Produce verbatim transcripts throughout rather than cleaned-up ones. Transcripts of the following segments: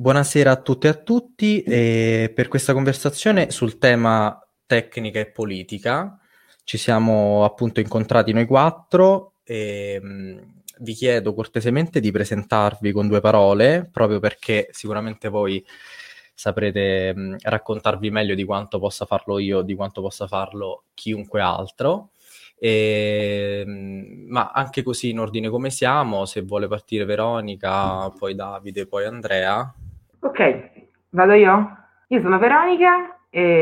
Buonasera a tutte e a tutti, e per questa conversazione sul tema tecnica e politica ci siamo appunto incontrati noi quattro e mh, vi chiedo cortesemente di presentarvi con due parole, proprio perché sicuramente voi saprete mh, raccontarvi meglio di quanto possa farlo io, di quanto possa farlo chiunque altro. E, mh, ma anche così in ordine come siamo, se vuole partire Veronica, poi Davide, poi Andrea. Ok, vado io? Io sono Veronica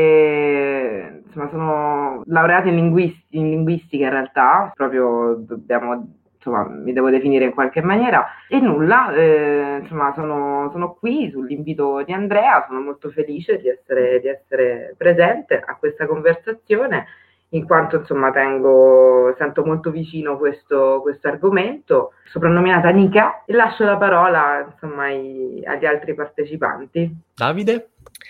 e insomma sono laureata in, linguist- in linguistica in realtà, proprio dobbiamo, insomma, mi devo definire in qualche maniera e nulla, eh, insomma sono, sono qui sull'invito di Andrea, sono molto felice di essere, di essere presente a questa conversazione in quanto insomma tengo, sento molto vicino questo, questo argomento, soprannominata Nica, e lascio la parola insomma ai- agli altri partecipanti. Davide?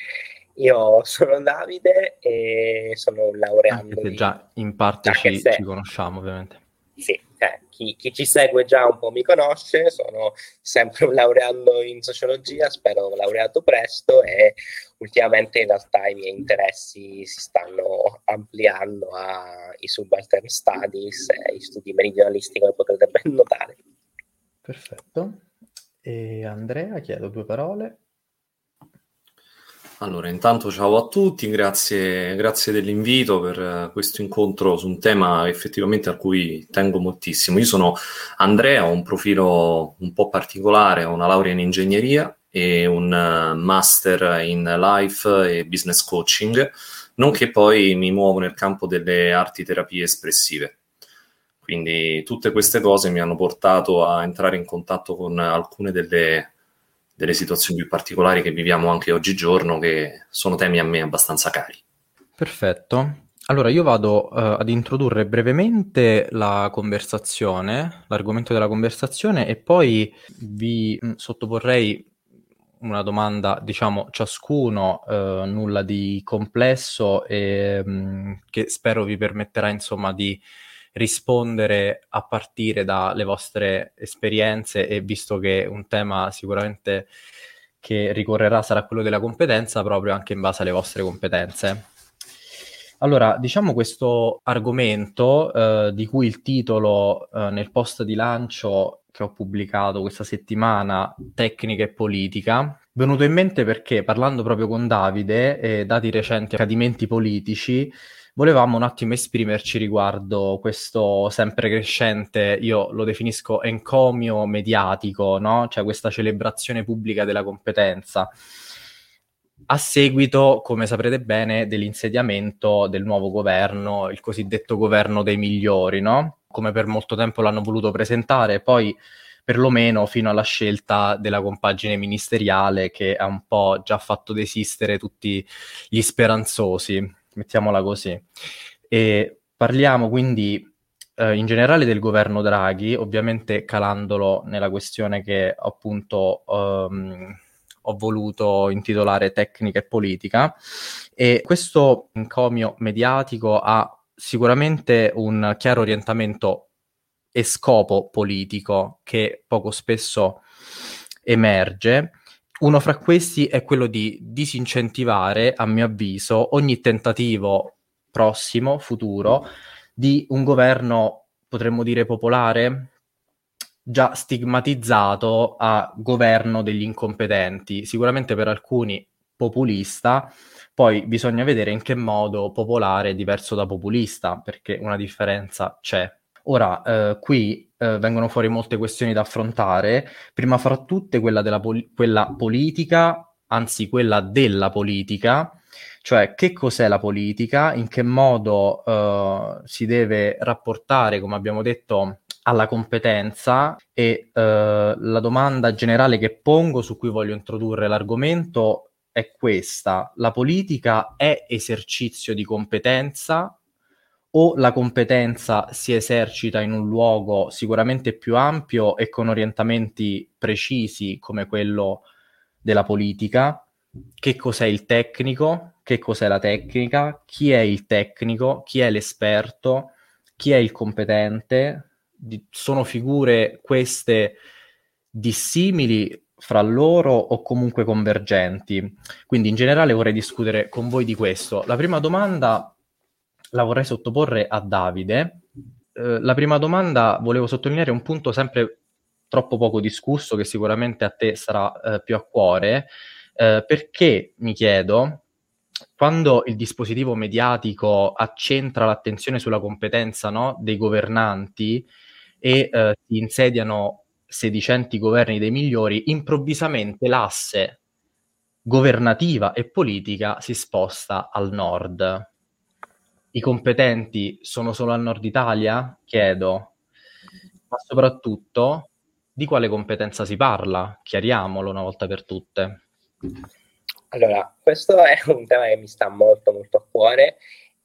Io sono Davide e sono un Anche laureando se di... già in parte Anche ci, ci se, conosciamo, ovviamente. sì, eh, chi, chi ci segue già un po' mi conosce, sono sempre un laureando in sociologia, spero laureato presto e ultimamente in realtà i miei interessi si stanno ampliando ai subaltern studies e ai studi meridionalisti, come potrete ben notare. Perfetto. E Andrea, chiedo due parole. Allora, intanto ciao a tutti, grazie, grazie dell'invito per eh, questo incontro su un tema effettivamente a cui tengo moltissimo. Io sono Andrea, ho un profilo un po' particolare, ho una laurea in ingegneria e un eh, master in life e business coaching, nonché poi mi muovo nel campo delle arti terapie espressive. Quindi tutte queste cose mi hanno portato a entrare in contatto con alcune delle delle situazioni più particolari che viviamo anche oggigiorno, che sono temi a me abbastanza cari. Perfetto. Allora io vado uh, ad introdurre brevemente la conversazione, l'argomento della conversazione, e poi vi mh, sottoporrei una domanda, diciamo, ciascuno, uh, nulla di complesso, e mh, che spero vi permetterà, insomma, di rispondere a partire dalle vostre esperienze, e visto che un tema sicuramente che ricorrerà sarà quello della competenza, proprio anche in base alle vostre competenze. Allora, diciamo questo argomento, eh, di cui il titolo eh, nel post di lancio che ho pubblicato questa settimana, Tecnica e politica, venuto in mente perché parlando proprio con Davide e dati recenti accadimenti politici, volevamo un attimo esprimerci riguardo questo sempre crescente, io lo definisco encomio mediatico, no? Cioè questa celebrazione pubblica della competenza, a seguito, come saprete bene, dell'insediamento del nuovo governo, il cosiddetto governo dei migliori, no? Come per molto tempo l'hanno voluto presentare, poi perlomeno fino alla scelta della compagine ministeriale che ha un po' già fatto desistere tutti gli speranzosi, mettiamola così. E parliamo quindi eh, in generale del governo Draghi, ovviamente calandolo nella questione che appunto ehm, ho voluto intitolare Tecnica e politica, e questo encomio mediatico ha sicuramente un chiaro orientamento e scopo politico che poco spesso emerge. Uno fra questi è quello di disincentivare, a mio avviso, ogni tentativo prossimo, futuro, di un governo, potremmo dire, popolare, già stigmatizzato a governo degli incompetenti, sicuramente per alcuni populista, poi bisogna vedere in che modo popolare è diverso da populista, perché una differenza c'è. Ora, eh, qui eh, vengono fuori molte questioni da affrontare, prima fra tutte quella, della pol- quella politica, anzi quella della politica, cioè che cos'è la politica, in che modo eh, si deve rapportare, come abbiamo detto, alla competenza, e eh, la domanda generale che pongo, su cui voglio introdurre l'argomento, è questa: la politica è esercizio di competenza o la competenza si esercita in un luogo sicuramente più ampio e con orientamenti precisi come quello della politica? Che cos'è il tecnico? Che cos'è la tecnica? Chi è il tecnico? Chi è l'esperto? Chi è il competente? Di- sono figure queste dissimili fra loro o comunque convergenti. Quindi in generale vorrei discutere con voi di questo. La prima domanda la vorrei sottoporre a Davide. Eh, la prima domanda volevo sottolineare un punto sempre troppo poco discusso, che sicuramente a te sarà eh, più a cuore, eh, perché mi chiedo, quando il dispositivo mediatico accentra l'attenzione sulla competenza, no, dei governanti e eh, si insediano sedicenti governi dei migliori, improvvisamente l'asse governativa e politica si sposta al nord. I competenti sono solo al nord Italia? Chiedo. Ma soprattutto, di quale competenza si parla? Chiariamolo una volta per tutte. Allora, questo è un tema che mi sta molto molto a cuore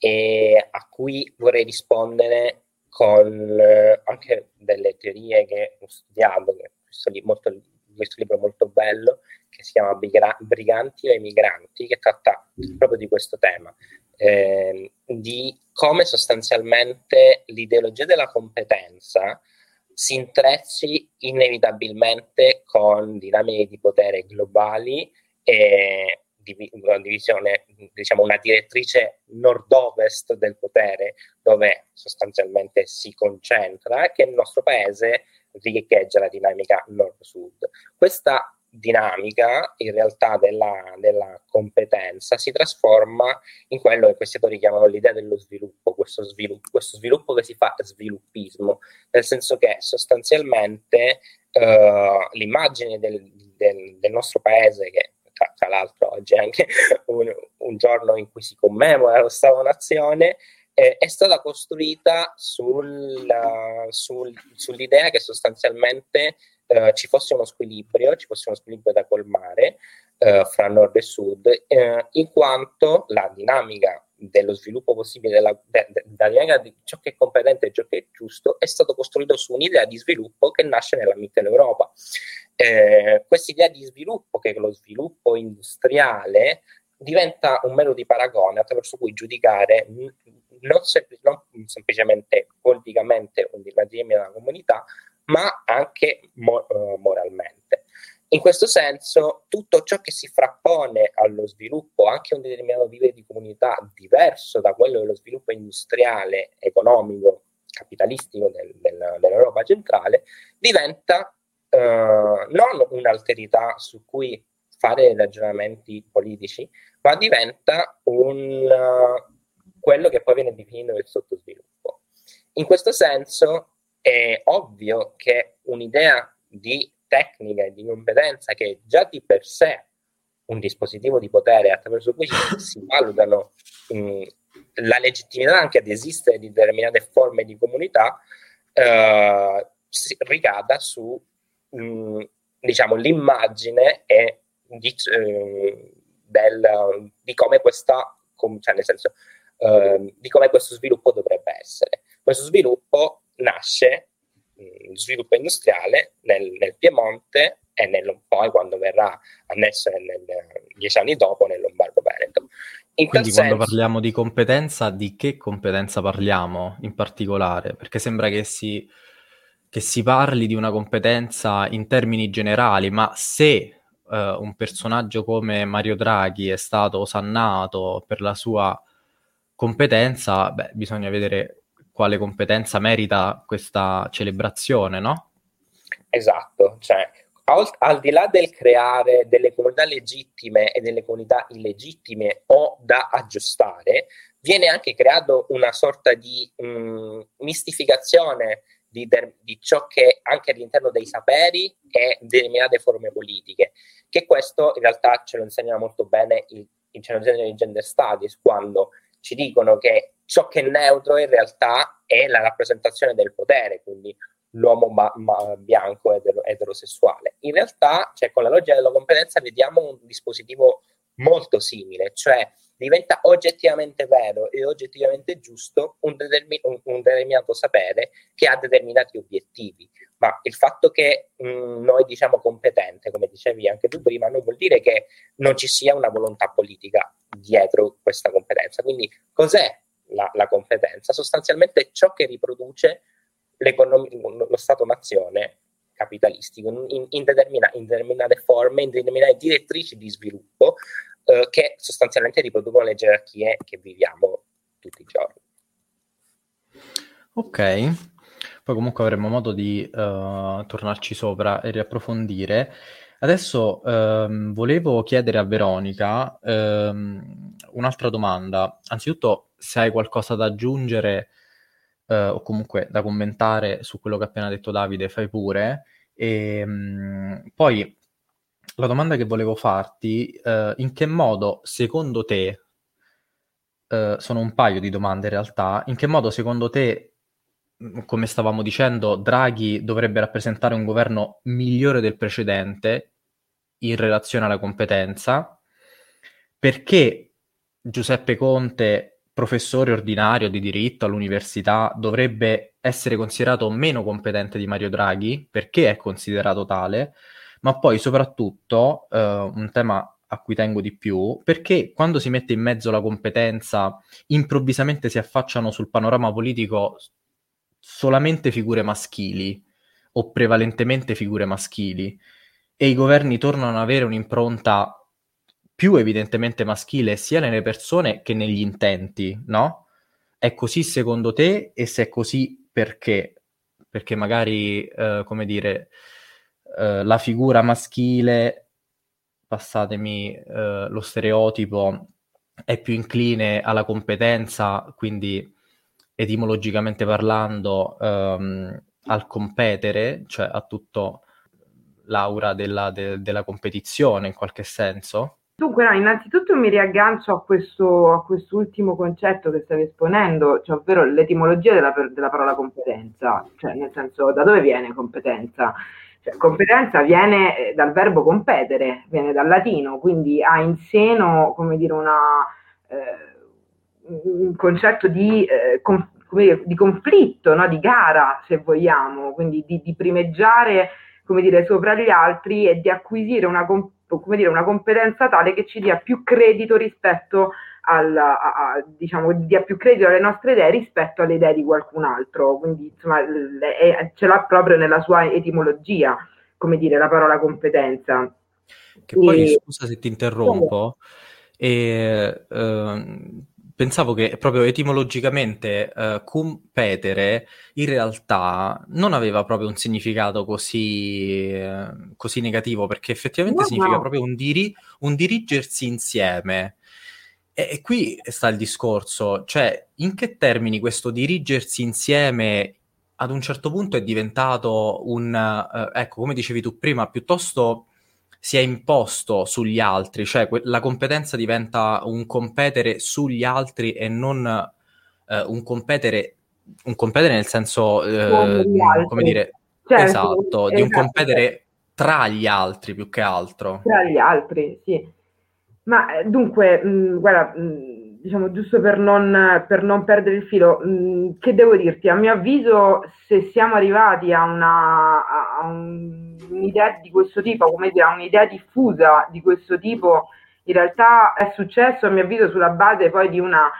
e a cui vorrei rispondere con eh, anche delle teorie che ho studiato, che questo, li- molto, questo libro molto bello che si chiama Briga- Briganti o Emigranti, che tratta proprio di questo tema, eh, di come sostanzialmente l'ideologia della competenza si intrecci inevitabilmente con dinamiche di potere globali e div- una divisione, diciamo una direttrice nord-ovest del potere, dove sostanzialmente si concentra, che nel nostro paese riecheggia la dinamica nord-sud. Questa dinamica in realtà della, della competenza si trasforma in quello che questi autori chiamano l'idea dello sviluppo, questo sviluppo, questo sviluppo che si fa sviluppismo, nel senso che sostanzialmente uh, l'immagine del, del, del nostro paese, che tra, tra l'altro oggi è anche un, un giorno in cui si commemora lo Stato-Nazione, eh, è stata costruita sul, uh, sul, sull'idea che sostanzialmente Uh, ci fosse uno squilibrio, ci fosse uno squilibrio da colmare uh, fra nord e sud, uh, in quanto la dinamica dello sviluppo possibile, della, de, de, della dinamica di ciò che è competente e ciò che è giusto, è stato costruito su un'idea di sviluppo che nasce nella Mitteleuropa. Eh, questa idea di sviluppo, che è lo sviluppo industriale, diventa un metodo di paragone attraverso cui giudicare non, sempl- non semplicemente politicamente un determinata comunità, ma anche mo- uh, moralmente. In questo senso, tutto ciò che si frappone allo sviluppo, anche un determinato livello di comunità diverso da quello dello sviluppo industriale, economico, capitalistico del, del, dell'Europa centrale, diventa uh, non un'alterità su cui fare ragionamenti politici, ma diventa un, uh, quello che poi viene definito il sottosviluppo. In questo senso, è ovvio che un'idea di tecnica e di competenza, che è già di per sé un dispositivo di potere attraverso cui si valutano mh, la legittimità anche ad esistere di determinate forme di comunità, eh, si ricada su mh, diciamo l'immagine e di, eh, del, di come questa, cioè nel senso eh, di come questo sviluppo dovrebbe essere. Questo sviluppo nasce, mh, sviluppo industriale nel, nel Piemonte e nel, poi quando verrà annesso nel, nel, dieci anni dopo nel Lombardo-Veneto. In Quindi tal quando senso, parliamo di competenza, di che competenza parliamo in particolare? Perché sembra che si, che si parli di una competenza in termini generali, ma se uh, un personaggio come Mario Draghi è stato osannato per la sua competenza, beh, bisogna vedere quale competenza merita questa celebrazione, no? Esatto, cioè al, al di là del creare delle comunità legittime e delle comunità illegittime o da aggiustare, viene anche creato una sorta di mh, mistificazione di, di ciò che anche all'interno dei saperi e determinate forme politiche, che questo in realtà ce lo insegna molto bene il, il genere di Gender Studies, quando ci dicono che ciò che è neutro in realtà è la rappresentazione del potere, quindi l'uomo ba- ma- bianco etero- eterosessuale. In realtà, cioè, con la logica della competenza vediamo un dispositivo molto simile, cioè diventa oggettivamente vero e oggettivamente giusto un, determin- un, un determinato sapere che ha determinati obiettivi, ma il fatto che mh, noi diciamo competente, come dicevi anche tu prima, non vuol dire che non ci sia una volontà politica dietro questa competenza. Quindi cos'è la, la competenza? Sostanzialmente ciò che riproduce lo Stato-nazione capitalistico in, in, determina, in determinate forme, in determinate direttrici di sviluppo eh, che sostanzialmente riproducono le gerarchie che viviamo tutti i giorni. Ok, poi comunque avremo modo di uh, tornarci sopra e riapprofondire. Adesso um, volevo chiedere a Veronica um, un'altra domanda. Anzitutto, se hai qualcosa da aggiungere uh, o comunque da commentare su quello che ha appena detto Davide, fai pure. E um, poi la domanda che volevo farti, uh, in che modo secondo te, uh, sono un paio di domande in realtà, in che modo secondo te, come stavamo dicendo, Draghi dovrebbe rappresentare un governo migliore del precedente in relazione alla competenza? Perché Giuseppe Conte, professore ordinario di diritto all'università, dovrebbe essere considerato meno competente di Mario Draghi? Perché è considerato tale? Ma poi soprattutto, eh, un tema a cui tengo di più, perché quando si mette in mezzo la competenza, improvvisamente si affacciano sul panorama politico solamente figure maschili o prevalentemente figure maschili e i governi tornano ad avere un'impronta più evidentemente maschile sia nelle persone che negli intenti, no? È così secondo te? E se è così, perché? Perché magari, eh, come dire, eh, la figura maschile, passatemi eh, lo stereotipo, è più incline alla competenza, quindi etimologicamente parlando, ehm, al competere, cioè a tutto l'aura della, de, della competizione in qualche senso? Dunque, no, innanzitutto mi riaggancio a questo a quest'ultimo concetto che stavi esponendo, cioè ovvero l'etimologia della, della parola competenza, cioè nel senso, da dove viene competenza? Cioè, competenza viene dal verbo competere, viene dal latino, quindi ha in seno, come dire, una, eh, un concetto di, eh, com, come dire, di conflitto, no? Di gara, se vogliamo, quindi di, di primeggiare, come dire, sopra gli altri e di acquisire una competenza, come dire, una competenza tale che ci dia più credito rispetto al, a, a, diciamo, dia più credito alle nostre idee rispetto alle idee di qualcun altro. Quindi, insomma, è, ce l'ha proprio nella sua etimologia, come dire, la parola competenza. Che poi, e... scusa se ti interrompo, e, eh, pensavo che proprio etimologicamente eh, competere in realtà non aveva proprio un significato così, eh, così negativo, perché effettivamente no, significa no. proprio un, diri- un dirigersi insieme. E, e qui sta il discorso, cioè in che termini questo dirigersi insieme ad un certo punto è diventato un, eh, ecco, come dicevi tu prima, piuttosto si è imposto sugli altri, cioè que- la competenza diventa un competere sugli altri e non eh, un competere, un competere nel senso, eh, come dire, certo, esatto, di un esatto, competere certo. tra gli altri più che altro. Tra gli altri, sì. Ma dunque, mh, guarda, mh, diciamo giusto per non, per non perdere il filo, mh, che devo dirti? A mio avviso, se siamo arrivati a, una, a un, un'idea di questo tipo, come dire, a un'idea diffusa di questo tipo, in realtà è successo, a mio avviso, sulla base poi di una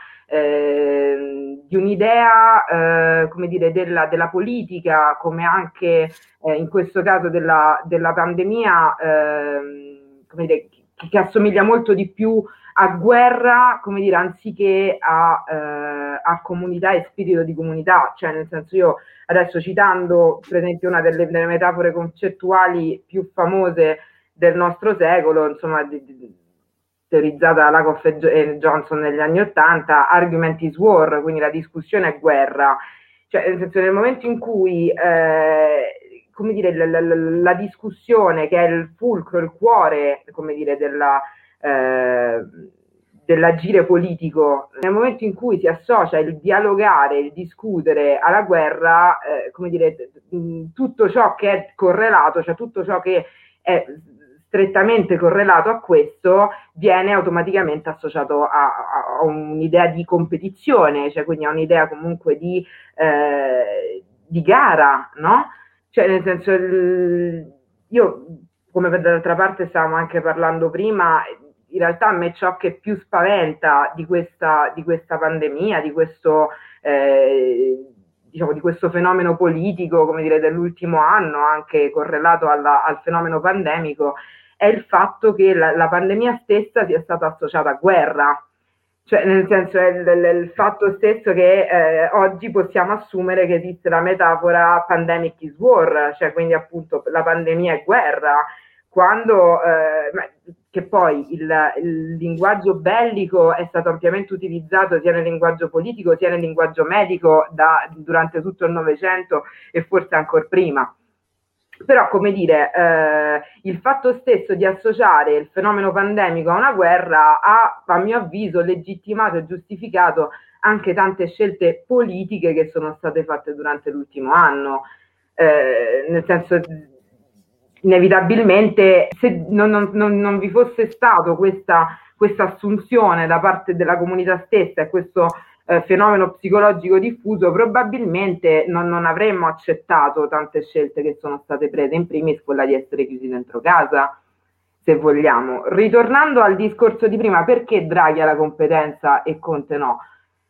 eh, di un'idea, eh, come dire, della, della politica, come anche eh, in questo caso della, della pandemia, eh, come dire, che assomiglia molto di più a guerra, come dire, anziché a, eh, a comunità e spirito di comunità. Cioè, nel senso, io adesso citando, per esempio, una delle, delle metafore concettuali più famose del nostro secolo, insomma, di, di, teorizzata da Lakoff e Johnson negli anni Ottanta, argument is war, quindi la discussione è guerra. Cioè, nel senso, nel momento in cui... Eh, come dire, la, la, la discussione che è il fulcro, il cuore, come dire, della, eh, dell'agire politico, nel momento in cui si associa il dialogare, il discutere alla guerra, eh, come dire, tutto ciò che è correlato, cioè tutto ciò che è strettamente correlato a questo, viene automaticamente associato a, a un'idea di competizione, cioè quindi a un'idea comunque di, eh, di gara, no? Cioè, nel senso, io, come per d'altra parte stavamo anche parlando prima, in realtà a me ciò che più spaventa di questa, di questa pandemia, di questo, eh, diciamo, di questo fenomeno politico, come dire, dell'ultimo anno, anche correlato alla, al fenomeno pandemico, è il fatto che la, la pandemia stessa sia stata associata a guerra. Cioè, nel senso, è il, il, il fatto stesso che eh, oggi possiamo assumere che esiste la metafora pandemic is war, cioè quindi appunto la pandemia è guerra, quando eh, che poi il, il linguaggio bellico è stato ampiamente utilizzato sia nel linguaggio politico sia nel linguaggio medico da, durante tutto il Novecento e forse ancora prima. Però, come dire, eh, il fatto stesso di associare il fenomeno pandemico a una guerra ha, a mio avviso, legittimato e giustificato anche tante scelte politiche che sono state fatte durante l'ultimo anno. Eh, nel senso, inevitabilmente, se non, non, non vi fosse stato questa, questa assunzione da parte della comunità stessa e questo Eh, fenomeno psicologico diffuso, probabilmente non, non avremmo accettato tante scelte che sono state prese, in primis quella di essere chiusi dentro casa, se vogliamo. Ritornando al discorso di prima, perché Draghi ha la competenza e Conte no?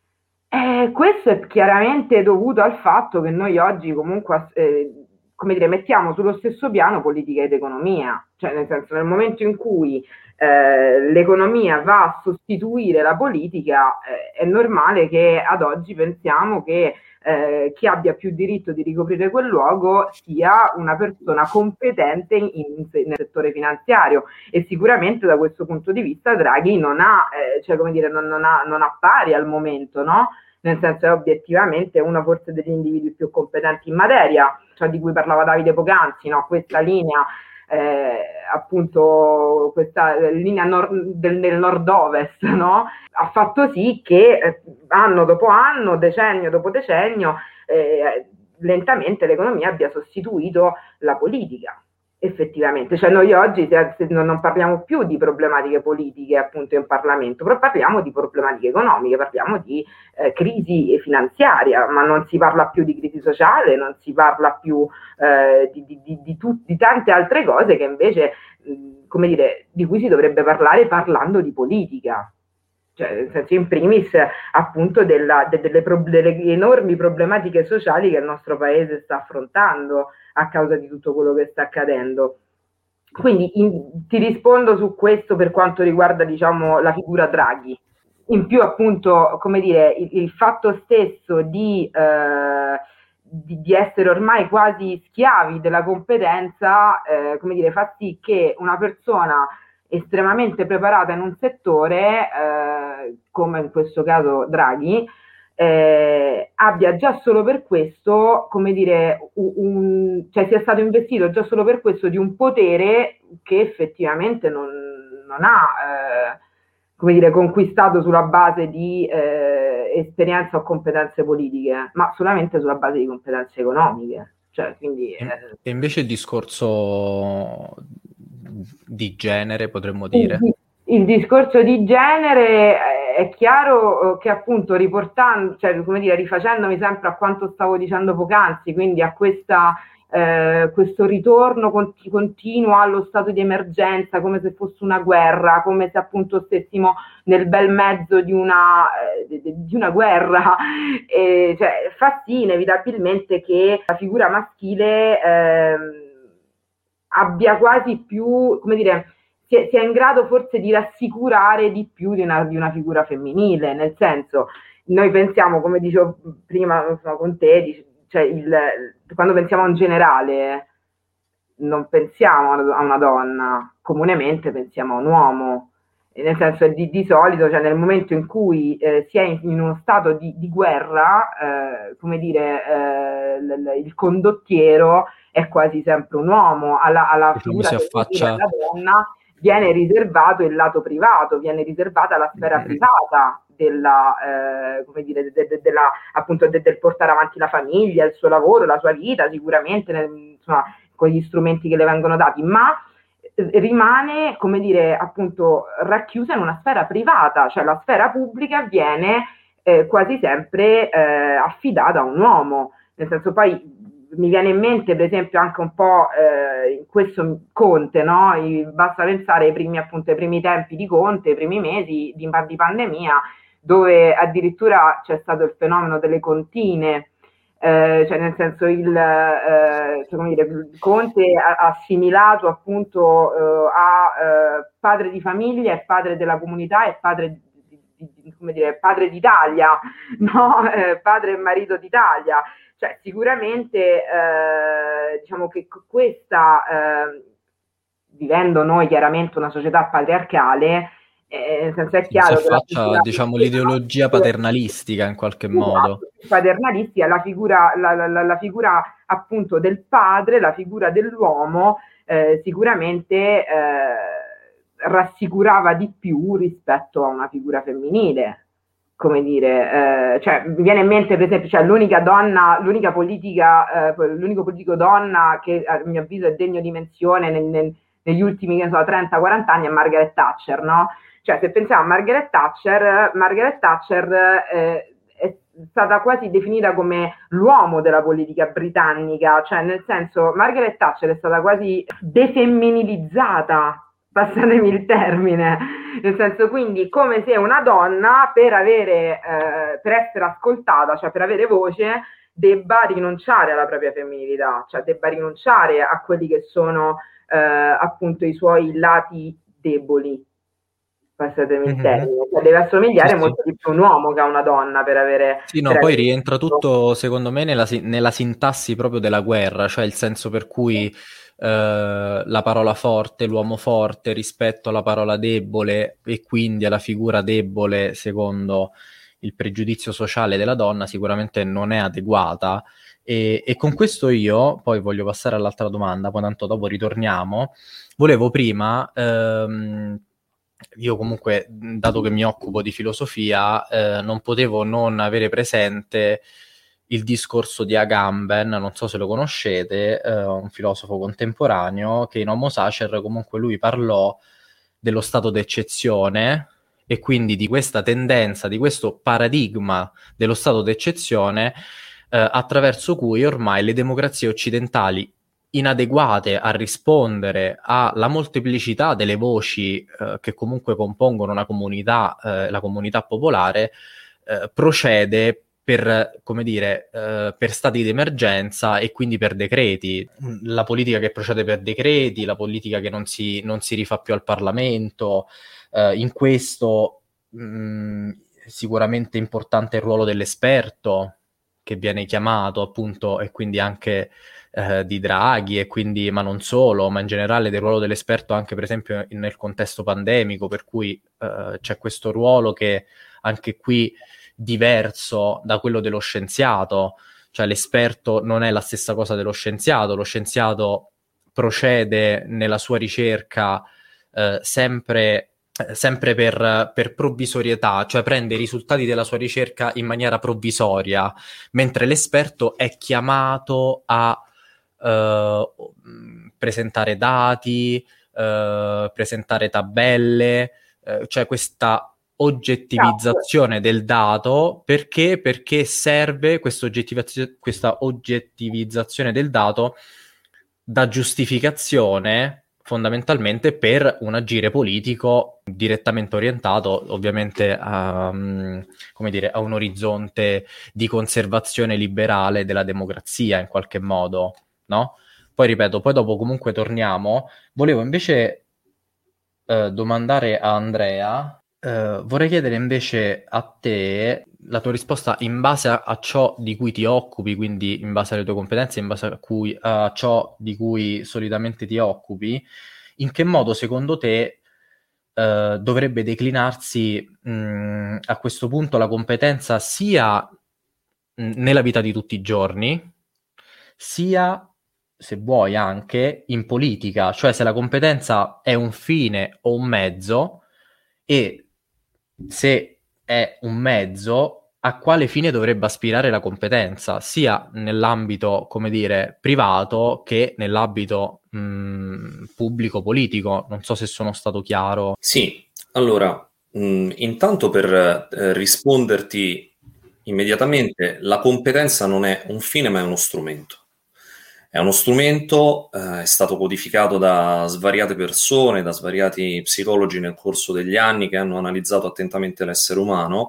Eh, questo è chiaramente dovuto al fatto che noi oggi comunque eh, come dire, mettiamo sullo stesso piano politica ed economia, cioè nel senso, nel momento in cui Eh, l'economia va a sostituire la politica, eh, è normale che ad oggi pensiamo che eh, chi abbia più diritto di ricoprire quel luogo sia una persona competente in, in, nel settore finanziario, e sicuramente da questo punto di vista Draghi non ha, eh, cioè come dire, non, non ha, non ha pari al momento, no? Nel senso, è obiettivamente uno forse degli individui più competenti in materia, cioè di cui parlava Davide poc'anzi, no? Questa linea Eh, appunto questa linea nord, del, del nord-ovest, no? Ha fatto sì che eh, anno dopo anno, decennio dopo decennio, eh, lentamente l'economia abbia sostituito la politica, effettivamente. Cioè noi oggi se, se non parliamo più di problematiche politiche appunto in Parlamento, però parliamo di problematiche economiche, parliamo di eh, crisi finanziaria, ma non si parla più di crisi sociale, non si parla più eh, di, di, di, di, tut, di tante altre cose che invece, mh, come dire, di cui si dovrebbe parlare parlando di politica. Cioè, nel senso, in primis appunto della, de, delle, pro, delle enormi problematiche sociali che il nostro paese sta affrontando a causa di tutto quello che sta accadendo. Quindi in, ti rispondo su questo per quanto riguarda, diciamo, la figura Draghi. In più, appunto, come dire, il, il fatto stesso di, eh, di, di essere ormai quasi schiavi della competenza, eh, come dire, fa sì che una persona estremamente preparata in un settore, eh, come in questo caso Draghi, eh, abbia già solo per questo, come dire, un, un, cioè sia stato investito già solo per questo di un potere che effettivamente non, non ha, eh, come dire, conquistato sulla base di eh, esperienza o competenze politiche, ma solamente sulla base di competenze economiche. Cioè, quindi, eh, e invece il discorso di genere, potremmo dire? Il, il discorso di genere è chiaro che appunto riportando, cioè come dire, rifacendomi sempre a quanto stavo dicendo poc'anzi, quindi a questa, eh, questo ritorno conti- continuo allo stato di emergenza, come se fosse una guerra, come se appunto stessimo nel bel mezzo di una, eh, di una guerra, e, cioè, fa sì inevitabilmente che la figura maschile eh, abbia quasi più, come dire, sia, sia in grado forse di rassicurare di più di una, di una figura femminile, nel senso, noi pensiamo, come dicevo prima insomma, con te, cioè il, quando pensiamo a un generale non pensiamo a una donna, comunemente pensiamo a un uomo, e nel senso di, di solito, cioè nel momento in cui eh, si è in, in uno stato di, di guerra, eh, come dire, eh, l, il condottiero è quasi sempre un uomo, alla, alla diciamo figura si affaccia... della donna viene riservato il lato privato, viene riservata la sfera mm-hmm. privata della, eh, come dire, de, de, della, appunto de, del portare avanti la famiglia, il suo lavoro, la sua vita, sicuramente nel, insomma, con gli strumenti che le vengono dati, ma rimane, come dire, appunto racchiusa in una sfera privata, cioè la sfera pubblica viene eh, quasi sempre eh, affidata a un uomo, nel senso, poi mi viene in mente per esempio anche un po' eh, in questo Conte, no? I, basta pensare ai primi, appunto, ai primi tempi di Conte, ai primi mesi di, di pandemia, dove addirittura c'è stato il fenomeno delle contine, Eh, cioè nel senso il eh, cioè, come dire, Conte ha assimilato appunto eh, a eh, padre di famiglia e padre della comunità e padre di, di, come dire, padre d'Italia, no? Eh, padre e marito d'Italia. Cioè sicuramente eh, diciamo che questa eh, vivendo noi chiaramente una società patriarcale, eh, nel senso è chiaro si che la affaccia, figura, diciamo, l'ideologia paternalistica in qualche modo. Paternalistica, la figura, la, la, la figura appunto del padre, la figura dell'uomo, eh, sicuramente eh, rassicurava di più rispetto a una figura femminile. Come dire, eh, cioè, mi viene in mente per esempio, cioè, l'unica donna, l'unica politica, eh, l'unico politico donna che a mio avviso è degno di menzione nel, nel, negli ultimi, che ne so, trenta quaranta anni è Margaret Thatcher, no? Cioè, se pensiamo a Margaret Thatcher, Margaret Thatcher eh, è stata quasi definita come l'uomo della politica britannica, cioè nel senso, Margaret Thatcher è stata quasi defemminilizzata, passatemi il termine, nel senso, quindi come se una donna per avere, eh, per essere ascoltata, cioè per avere voce, debba rinunciare alla propria femminilità, cioè debba rinunciare a quelli che sono eh, appunto i suoi lati deboli, passatemi il termine, cioè deve assomigliare sì, molto sì. di più a un uomo che a una donna per avere... Sì, no, per poi avere rientra tutto, secondo me, nella, nella sintassi proprio della guerra, cioè il senso per cui eh, la parola forte, l'uomo forte rispetto alla parola debole e quindi alla figura debole, secondo il pregiudizio sociale della donna, sicuramente non è adeguata. E, e con questo io, poi voglio passare all'altra domanda, poi tanto dopo ritorniamo, volevo prima... Ehm, io comunque, dato che mi occupo di filosofia, eh, non potevo non avere presente il discorso di Agamben, non so se lo conoscete, eh, un filosofo contemporaneo, che in Homo Sacer comunque lui parlò dello stato d'eccezione e quindi di questa tendenza, di questo paradigma dello stato d'eccezione eh, attraverso cui ormai le democrazie occidentali inadeguate a rispondere alla molteplicità delle voci eh, che comunque compongono una comunità, eh, la comunità popolare, eh, procede per, come dire, eh, per stati di emergenza e quindi per decreti. La politica che procede per decreti, la politica che non si, non si rifà più al Parlamento, eh, in questo mh, sicuramente importante il ruolo dell'esperto che viene chiamato appunto e quindi anche Eh, di Draghi e quindi, ma non solo, ma in generale del ruolo dell'esperto anche per esempio nel contesto pandemico, per cui eh, c'è questo ruolo che anche qui diverso da quello dello scienziato, cioè l'esperto non è la stessa cosa dello scienziato, lo scienziato procede nella sua ricerca eh, sempre sempre per, per provvisorietà, cioè prende i risultati della sua ricerca in maniera provvisoria, mentre l'esperto è chiamato a Uh, presentare dati, uh, presentare tabelle, uh, cioè questa oggettivizzazione del dato, perché? Perché serve questa, oggettivaz- questa oggettivizzazione del dato da giustificazione fondamentalmente per un agire politico direttamente orientato ovviamente a, come dire, a un orizzonte di conservazione liberale della democrazia in qualche modo. No? Poi ripeto, poi dopo comunque torniamo. Volevo invece eh, domandare a Andrea, eh, vorrei chiedere invece a te la tua risposta in base a, a ciò di cui ti occupi, quindi in base alle tue competenze, in base a, cui, a ciò di cui solitamente ti occupi, in che modo secondo te eh, dovrebbe declinarsi mh, a questo punto la competenza sia mh, nella vita di tutti i giorni, sia se vuoi anche in politica, cioè se la competenza è un fine o un mezzo e se è un mezzo a quale fine dovrebbe aspirare la competenza, sia nell'ambito, come dire, privato che nell'ambito mh, pubblico politico. Non so se sono stato chiaro. Sì, allora, mh, intanto per eh, risponderti immediatamente, la competenza non è un fine ma è uno strumento. È uno strumento, eh, è stato codificato da svariate persone, da svariati psicologi nel corso degli anni che hanno analizzato attentamente l'essere umano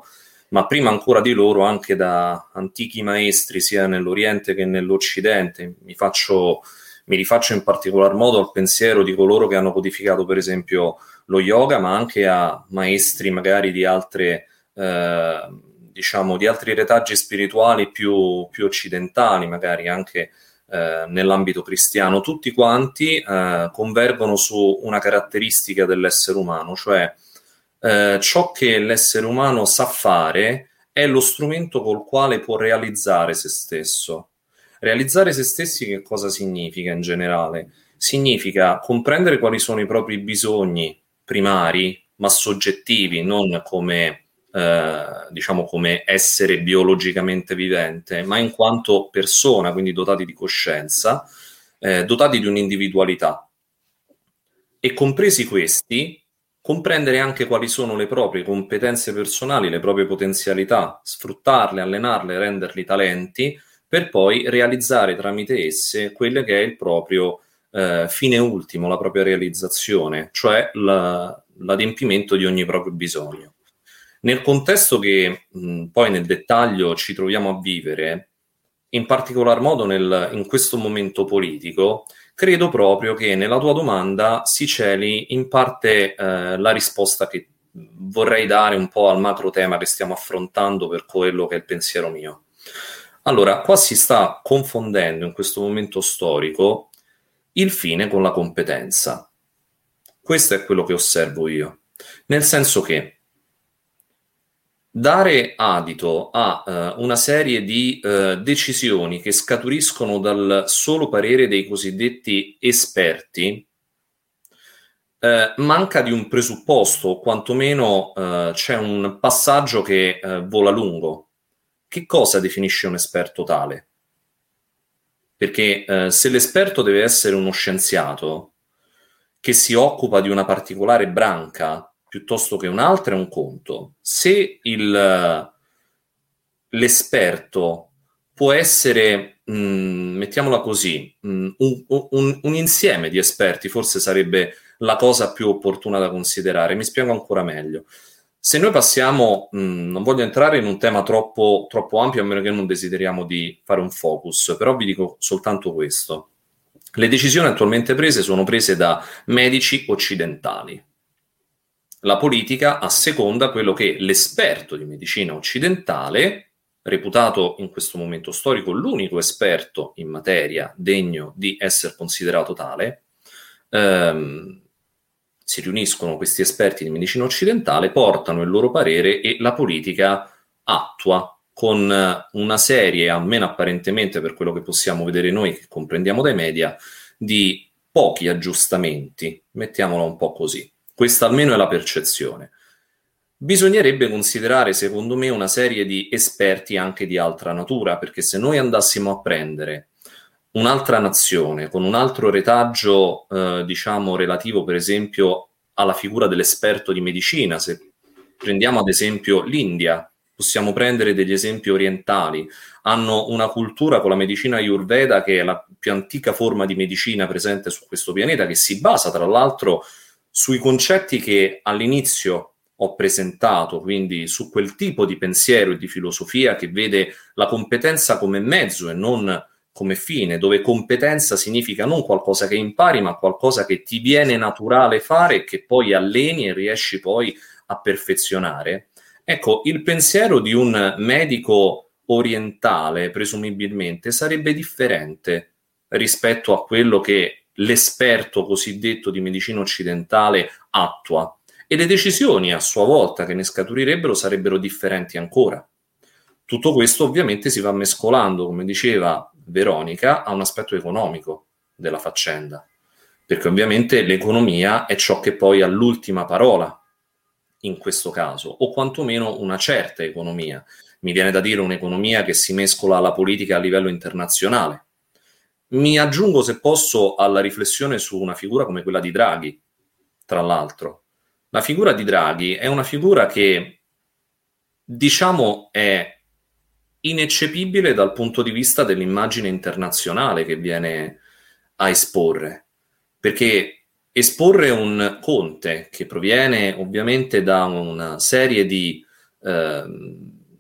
ma prima ancora di loro anche da antichi maestri sia nell'Oriente che nell'Occidente. Mi faccio, mi rifaccio in particolar modo al pensiero di coloro che hanno codificato per esempio lo yoga, ma anche a maestri magari di altre eh, diciamo di altri retaggi spirituali più, più occidentali, magari anche eh, nell'ambito cristiano. Tutti quanti eh, convergono su una caratteristica dell'essere umano, cioè Eh, ciò che l'essere umano sa fare è lo strumento col quale può realizzare se stesso. Realizzare se stessi che cosa significa in generale? Significa comprendere quali sono i propri bisogni primari, ma soggettivi, non come, eh, diciamo, come essere biologicamente vivente, ma in quanto persona, quindi dotati di coscienza, eh, dotati di un'individualità. E compresi questi, comprendere anche quali sono le proprie competenze personali, le proprie potenzialità, sfruttarle, allenarle, renderli talenti, per poi realizzare tramite esse quello che è il proprio eh, fine ultimo, la propria realizzazione, cioè la, l'adempimento di ogni proprio bisogno. Nel contesto che mh, poi nel dettaglio ci troviamo a vivere, in particolar modo nel, in questo momento politico, credo proprio che nella tua domanda si celi in parte eh, la risposta che vorrei dare un po' al macro tema che stiamo affrontando per quello che è il pensiero mio. Allora, qua si sta confondendo in questo momento storico il fine con la competenza. Questo è quello che osservo io, nel senso che dare adito a uh, una serie di uh, decisioni che scaturiscono dal solo parere dei cosiddetti esperti uh, manca di un presupposto, o quantomeno uh, c'è un passaggio che uh, vola lungo. Che cosa definisce un esperto tale? Perché uh, se l'esperto deve essere uno scienziato che si occupa di una particolare branca piuttosto che un'altra è un conto. Se il, l'esperto può essere, mh, mettiamola così, mh, un, un, un insieme di esperti, forse sarebbe la cosa più opportuna da considerare. Mi spiego ancora meglio. Se noi passiamo, mh, non voglio entrare in un tema troppo, troppo ampio, a meno che non desideriamo di fare un focus, però vi dico soltanto questo. Le decisioni attualmente prese sono prese da medici occidentali. La politica asseconda quello che l'esperto di medicina occidentale, reputato in questo momento storico l'unico esperto in materia degno di essere considerato tale, ehm, si riuniscono questi esperti di medicina occidentale, portano il loro parere e la politica attua con una serie, almeno apparentemente per quello che possiamo vedere noi, che comprendiamo dai media, di pochi aggiustamenti, mettiamolo un po' così. Questa almeno è la percezione. Bisognerebbe considerare, secondo me, una serie di esperti anche di altra natura, perché se noi andassimo a prendere un'altra nazione con un altro retaggio, eh, diciamo, relativo per esempio alla figura dell'esperto di medicina, se prendiamo ad esempio l'India, possiamo prendere degli esempi orientali, hanno una cultura con la medicina Ayurveda che è la più antica forma di medicina presente su questo pianeta, che si basa tra l'altro sui concetti che all'inizio ho presentato, quindi su quel tipo di pensiero e di filosofia che vede la competenza come mezzo e non come fine, dove competenza significa non qualcosa che impari, ma qualcosa che ti viene naturale fare e che poi alleni e riesci poi a perfezionare. Ecco, il pensiero di un medico orientale, presumibilmente, sarebbe differente rispetto a quello che l'esperto cosiddetto di medicina occidentale attua, e le decisioni a sua volta che ne scaturirebbero sarebbero differenti ancora. Tutto questo ovviamente si va mescolando, come diceva Veronica, a un aspetto economico della faccenda, perché ovviamente l'economia è ciò che poi ha l'ultima parola in questo caso, o quantomeno una certa economia. Mi viene da dire un'economia che si mescola alla politica a livello internazionale. Mi aggiungo, se posso, alla riflessione su una figura come quella di Draghi, tra l'altro. La figura di Draghi è una figura che, diciamo, è ineccepibile dal punto di vista dell'immagine internazionale che viene a esporre, perché esporre un Conte che proviene ovviamente da una serie di, eh,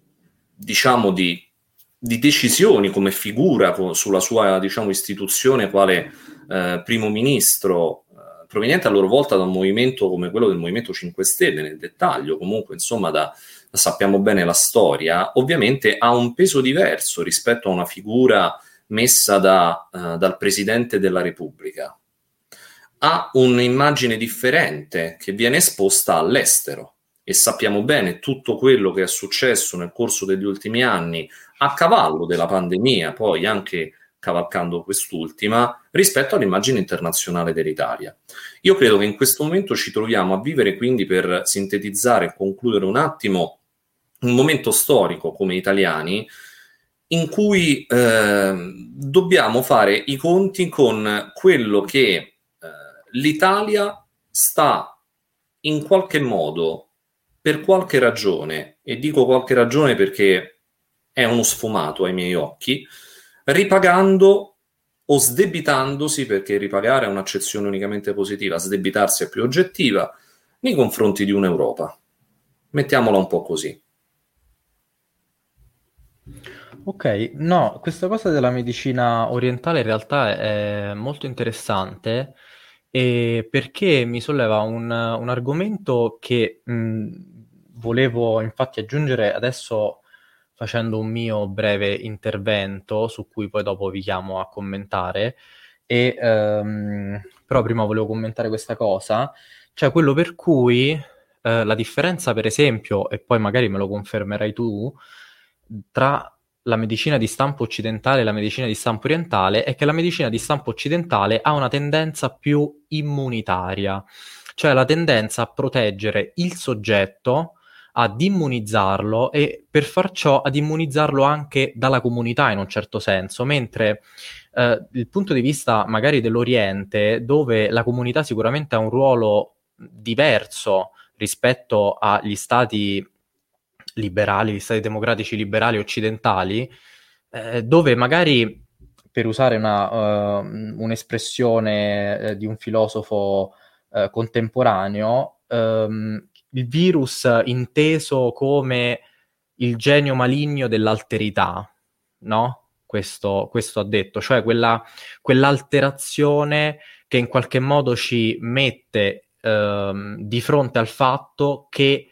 diciamo, di, di decisioni come figura co- sulla sua, diciamo, istituzione quale eh, primo ministro, eh, proveniente a loro volta da un movimento come quello del Movimento cinque Stelle, nel dettaglio, comunque, insomma, da, da sappiamo bene la storia, ovviamente ha un peso diverso rispetto a una figura messa da, uh, dal Presidente della Repubblica. Ha un'immagine differente che viene esposta all'estero, e sappiamo bene tutto quello che è successo nel corso degli ultimi anni a cavallo della pandemia, poi anche cavalcando quest'ultima, rispetto all'immagine internazionale dell'Italia. Io credo che in questo momento ci troviamo a vivere, quindi, per sintetizzare e concludere un attimo, un momento storico come italiani in cui eh, dobbiamo fare i conti con quello che eh, l'Italia sta in qualche modo, per qualche ragione, e dico qualche ragione perché è uno sfumato ai miei occhi, ripagando o sdebitandosi, perché ripagare è un'accezione unicamente positiva, sdebitarsi è più oggettiva, nei confronti di un'Europa. Mettiamola un po' così. Ok, no, questa cosa della medicina orientale in realtà è molto interessante, e perché mi solleva un, un argomento che mh, volevo infatti aggiungere adesso facendo un mio breve intervento su cui poi dopo vi chiamo a commentare, e, ehm, però prima volevo commentare questa cosa, cioè quello per cui eh, la differenza, per esempio, e poi magari me lo confermerai tu, tra la medicina di stampo occidentale e la medicina di stampo orientale è che la medicina di stampo occidentale ha una tendenza più immunitaria, cioè la tendenza a proteggere il soggetto, ad immunizzarlo, e per far ciò ad immunizzarlo anche dalla comunità in un certo senso, mentre eh, il punto di vista magari dell'Oriente, dove la comunità sicuramente ha un ruolo diverso rispetto agli stati liberali, gli stati democratici liberali occidentali, eh, dove magari, per usare una, uh, un'espressione eh, di un filosofo eh, contemporaneo, um, il virus inteso come il genio maligno dell'alterità, no? Questo, questo ha detto, cioè quella, quell'alterazione che in qualche modo ci mette ehm, di fronte al fatto che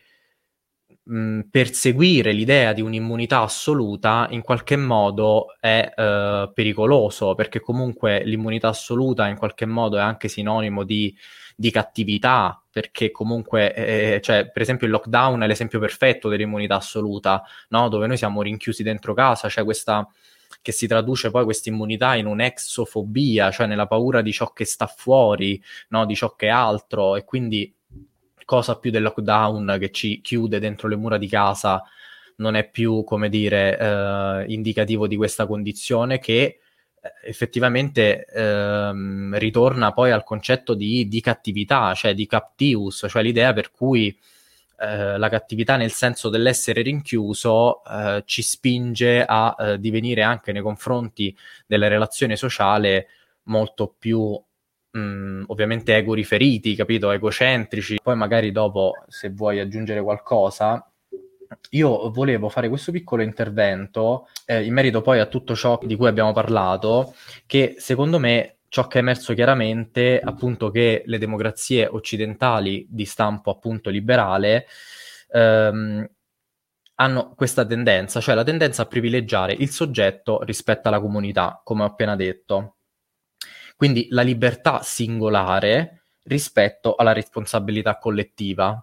mh, perseguire l'idea di un'immunità assoluta in qualche modo è eh, pericoloso, perché comunque l'immunità assoluta in qualche modo è anche sinonimo di, di cattività, perché comunque, eh, cioè, per esempio il lockdown è l'esempio perfetto dell'immunità assoluta, no? Dove noi siamo rinchiusi dentro casa, c'è questa che si traduce poi questa immunità in un'exofobia, cioè nella paura di ciò che sta fuori, no? Di ciò che è altro, e quindi cosa più del lockdown che ci chiude dentro le mura di casa non è più, come dire, eh, indicativo di questa condizione che effettivamente ehm, ritorna poi al concetto di, di cattività, cioè di captivus, cioè l'idea per cui eh, la cattività nel senso dell'essere rinchiuso eh, ci spinge a eh, divenire anche nei confronti della relazione sociale molto più mh, ovviamente ego riferiti, capito? Egocentrici. Poi magari dopo, se vuoi aggiungere qualcosa, io volevo fare questo piccolo intervento eh, in merito poi a tutto ciò di cui abbiamo parlato, che secondo me ciò che è emerso chiaramente, appunto, che le democrazie occidentali di stampo appunto liberale ehm, hanno questa tendenza, cioè la tendenza a privilegiare il soggetto rispetto alla comunità, come ho appena detto. Quindi la libertà singolare rispetto alla responsabilità collettiva.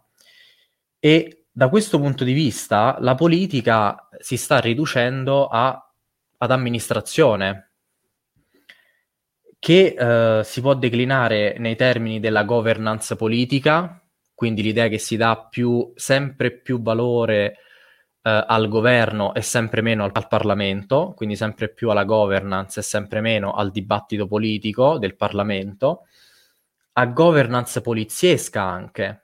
E da questo punto di vista la politica si sta riducendo a, ad amministrazione, che eh, si può declinare nei termini della governance politica, quindi l'idea che si dà più, sempre più valore eh, al governo e sempre meno al, al Parlamento, quindi sempre più alla governance e sempre meno al dibattito politico del Parlamento, a governance poliziesca anche,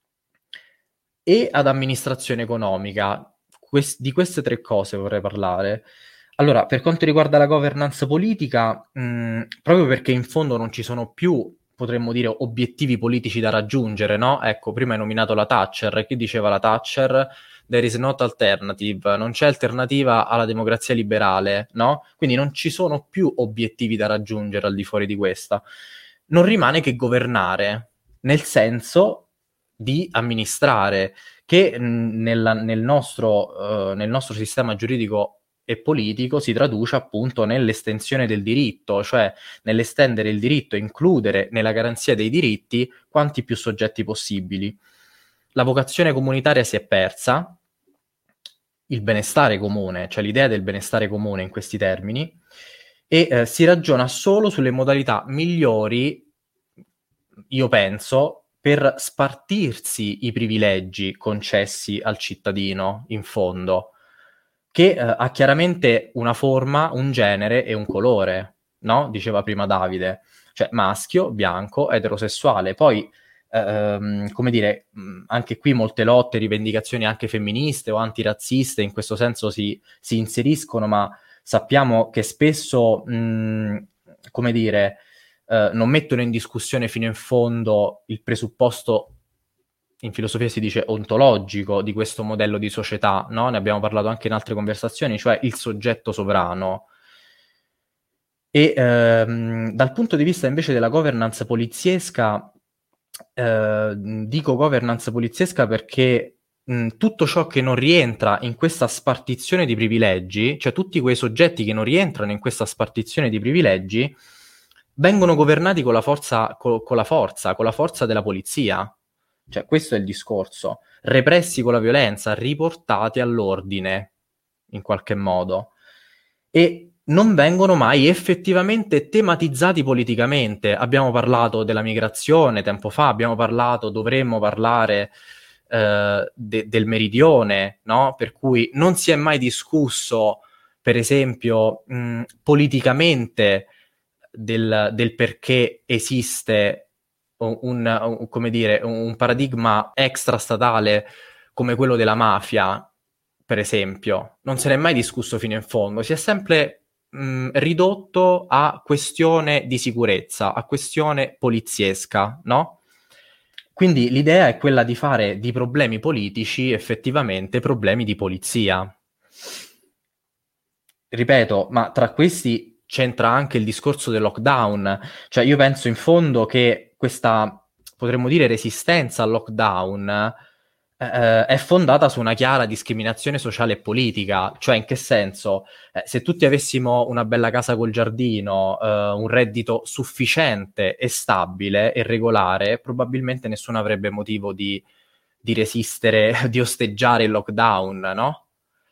e ad amministrazione economica. Quest- di queste tre cose vorrei parlare. Allora, per quanto riguarda la governance politica, mh, proprio perché in fondo non ci sono più, potremmo dire, obiettivi politici da raggiungere, no? Ecco, prima hai nominato la Thatcher. Chi diceva la Thatcher? there is not alternative, non c'è alternativa alla democrazia liberale, no? Quindi non ci sono più obiettivi da raggiungere al di fuori di questa. Non rimane che governare, nel senso di amministrare, che mh, nella, nel, nostro, uh, nel nostro sistema giuridico e politico si traduce appunto nell'estensione del diritto, cioè nell'estendere il diritto e includere nella garanzia dei diritti quanti più soggetti possibili. La vocazione comunitaria si è persa, il benestare comune, cioè l'idea del benestare comune in questi termini, e eh, si ragiona solo sulle modalità migliori, io penso, per spartirsi i privilegi concessi al cittadino, in fondo, che eh, ha chiaramente una forma, un genere e un colore, no? Diceva prima Davide, cioè maschio, bianco, eterosessuale. Poi, ehm, come dire, anche qui molte lotte, rivendicazioni anche femministe o antirazziste in questo senso si, si inseriscono, ma sappiamo che spesso, mh, come dire, eh, non mettono in discussione fino in fondo il presupposto, in filosofia si dice ontologico, di questo modello di società, no? Ne abbiamo parlato anche in altre conversazioni, cioè il soggetto sovrano. E ehm, dal punto di vista invece della governance poliziesca, eh, dico governance poliziesca perché mh, tutto ciò che non rientra in questa spartizione di privilegi, cioè tutti quei soggetti che non rientrano in questa spartizione di privilegi, vengono governati con la forza, co- con la forza, con la forza della polizia. Cioè, questo è il discorso. Repressi con la violenza, riportati all'ordine, in qualche modo. E non vengono mai effettivamente tematizzati politicamente. Abbiamo parlato della migrazione tempo fa, abbiamo parlato, dovremmo parlare eh, de- del meridione, no? Per cui non si è mai discusso, per esempio, mh, politicamente del, del perché esiste un, un, come dire, un paradigma extrastatale come quello della mafia, per esempio. Non se ne è mai discusso fino in fondo, si è sempre mh, ridotto a questione di sicurezza, a questione poliziesca, no? Quindi l'idea è quella di fare di problemi politici effettivamente problemi di polizia. Ripeto, ma tra questi c'entra anche il discorso del lockdown. Cioè io penso in fondo che questa, potremmo dire, resistenza al lockdown eh, è fondata su una chiara discriminazione sociale e politica. Cioè, in che senso? Eh, se tutti avessimo una bella casa col giardino, eh, un reddito sufficiente e stabile e regolare, probabilmente nessuno avrebbe motivo di, di resistere, di osteggiare il lockdown, no?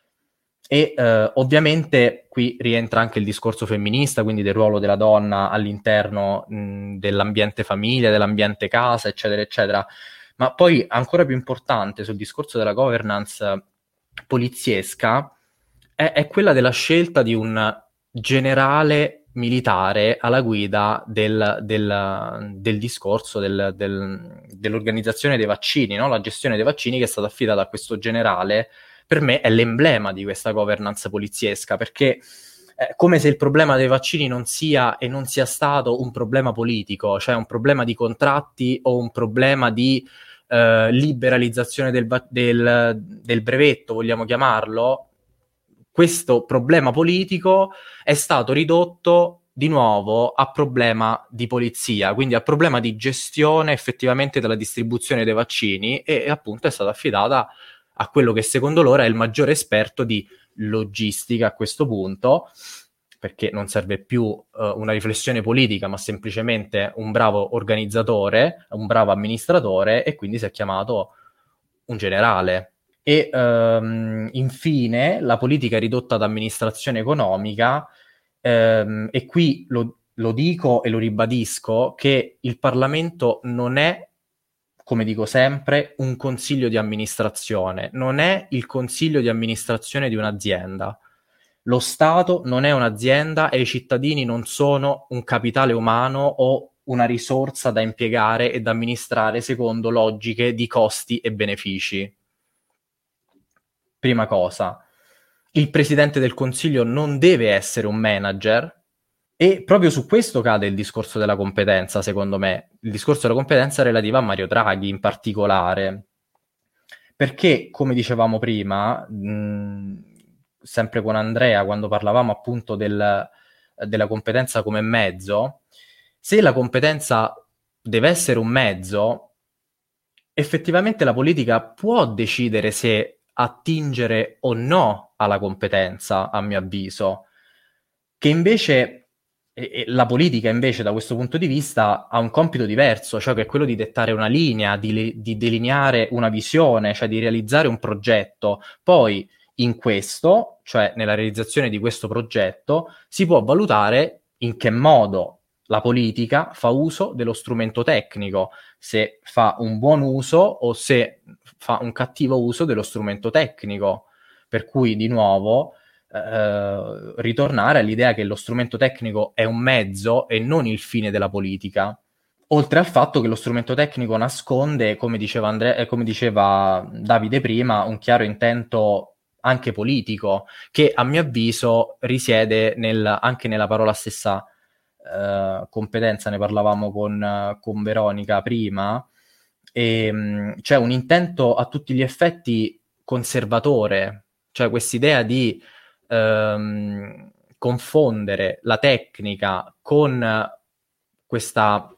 E eh, ovviamente qui rientra anche il discorso femminista, quindi del ruolo della donna all'interno mh, dell'ambiente famiglia, dell'ambiente casa, eccetera, eccetera. Ma poi ancora più importante sul discorso della governance poliziesca è, è quella della scelta di un generale militare alla guida del, del, del discorso del, del, dell'organizzazione dei vaccini, no? La gestione dei vaccini che è stata affidata a questo generale. Per me è l'emblema di questa governance poliziesca, perché è come se il problema dei vaccini non sia e non sia stato un problema politico, cioè un problema di contratti o un problema di eh, liberalizzazione del, del, del brevetto, vogliamo chiamarlo. Questo problema politico è stato ridotto di nuovo a problema di polizia, quindi a problema di gestione effettivamente della distribuzione dei vaccini, e appunto è stata affidata a quello che secondo loro è il maggiore esperto di logistica a questo punto, perché non serve più uh, una riflessione politica, ma semplicemente un bravo organizzatore, un bravo amministratore, e quindi si è chiamato un generale. E um, infine la politica è ridotta ad amministrazione economica, um, e qui lo, lo dico e lo ribadisco, che il Parlamento non è, come dico sempre, un consiglio di amministrazione, non è il consiglio di amministrazione di un'azienda. Lo Stato non è un'azienda e i cittadini non sono un capitale umano o una risorsa da impiegare e da amministrare secondo logiche di costi e benefici. Prima cosa, il Presidente del Consiglio non deve essere un manager. E proprio su questo cade il discorso della competenza, secondo me. Il discorso della competenza relativa a Mario Draghi in particolare. perché, come dicevamo prima, mh, sempre con Andrea, quando parlavamo appunto del, della competenza come mezzo, se la competenza deve essere un mezzo, effettivamente la politica può decidere se attingere o no alla competenza, a mio avviso, che invece e, e la politica invece da questo punto di vista ha un compito diverso, cioè che è quello di dettare una linea, di, di delineare una visione, cioè di realizzare un progetto. Poi in questo, cioè nella realizzazione di questo progetto, si può valutare in che modo la politica fa uso dello strumento tecnico, se fa un buon uso o se fa un cattivo uso dello strumento tecnico. Per cui, di nuovo, eh, ritornare all'idea che lo strumento tecnico è un mezzo e non il fine della politica. Oltre al fatto che lo strumento tecnico nasconde, come diceva, Andre- eh, come diceva Davide prima, un chiaro intento anche politico, che a mio avviso risiede nel, anche nella parola stessa eh, competenza. Ne parlavamo con, con Veronica prima, e mh, c'è un intento a tutti gli effetti conservatore, cioè quest'idea di ehm, confondere la tecnica con questa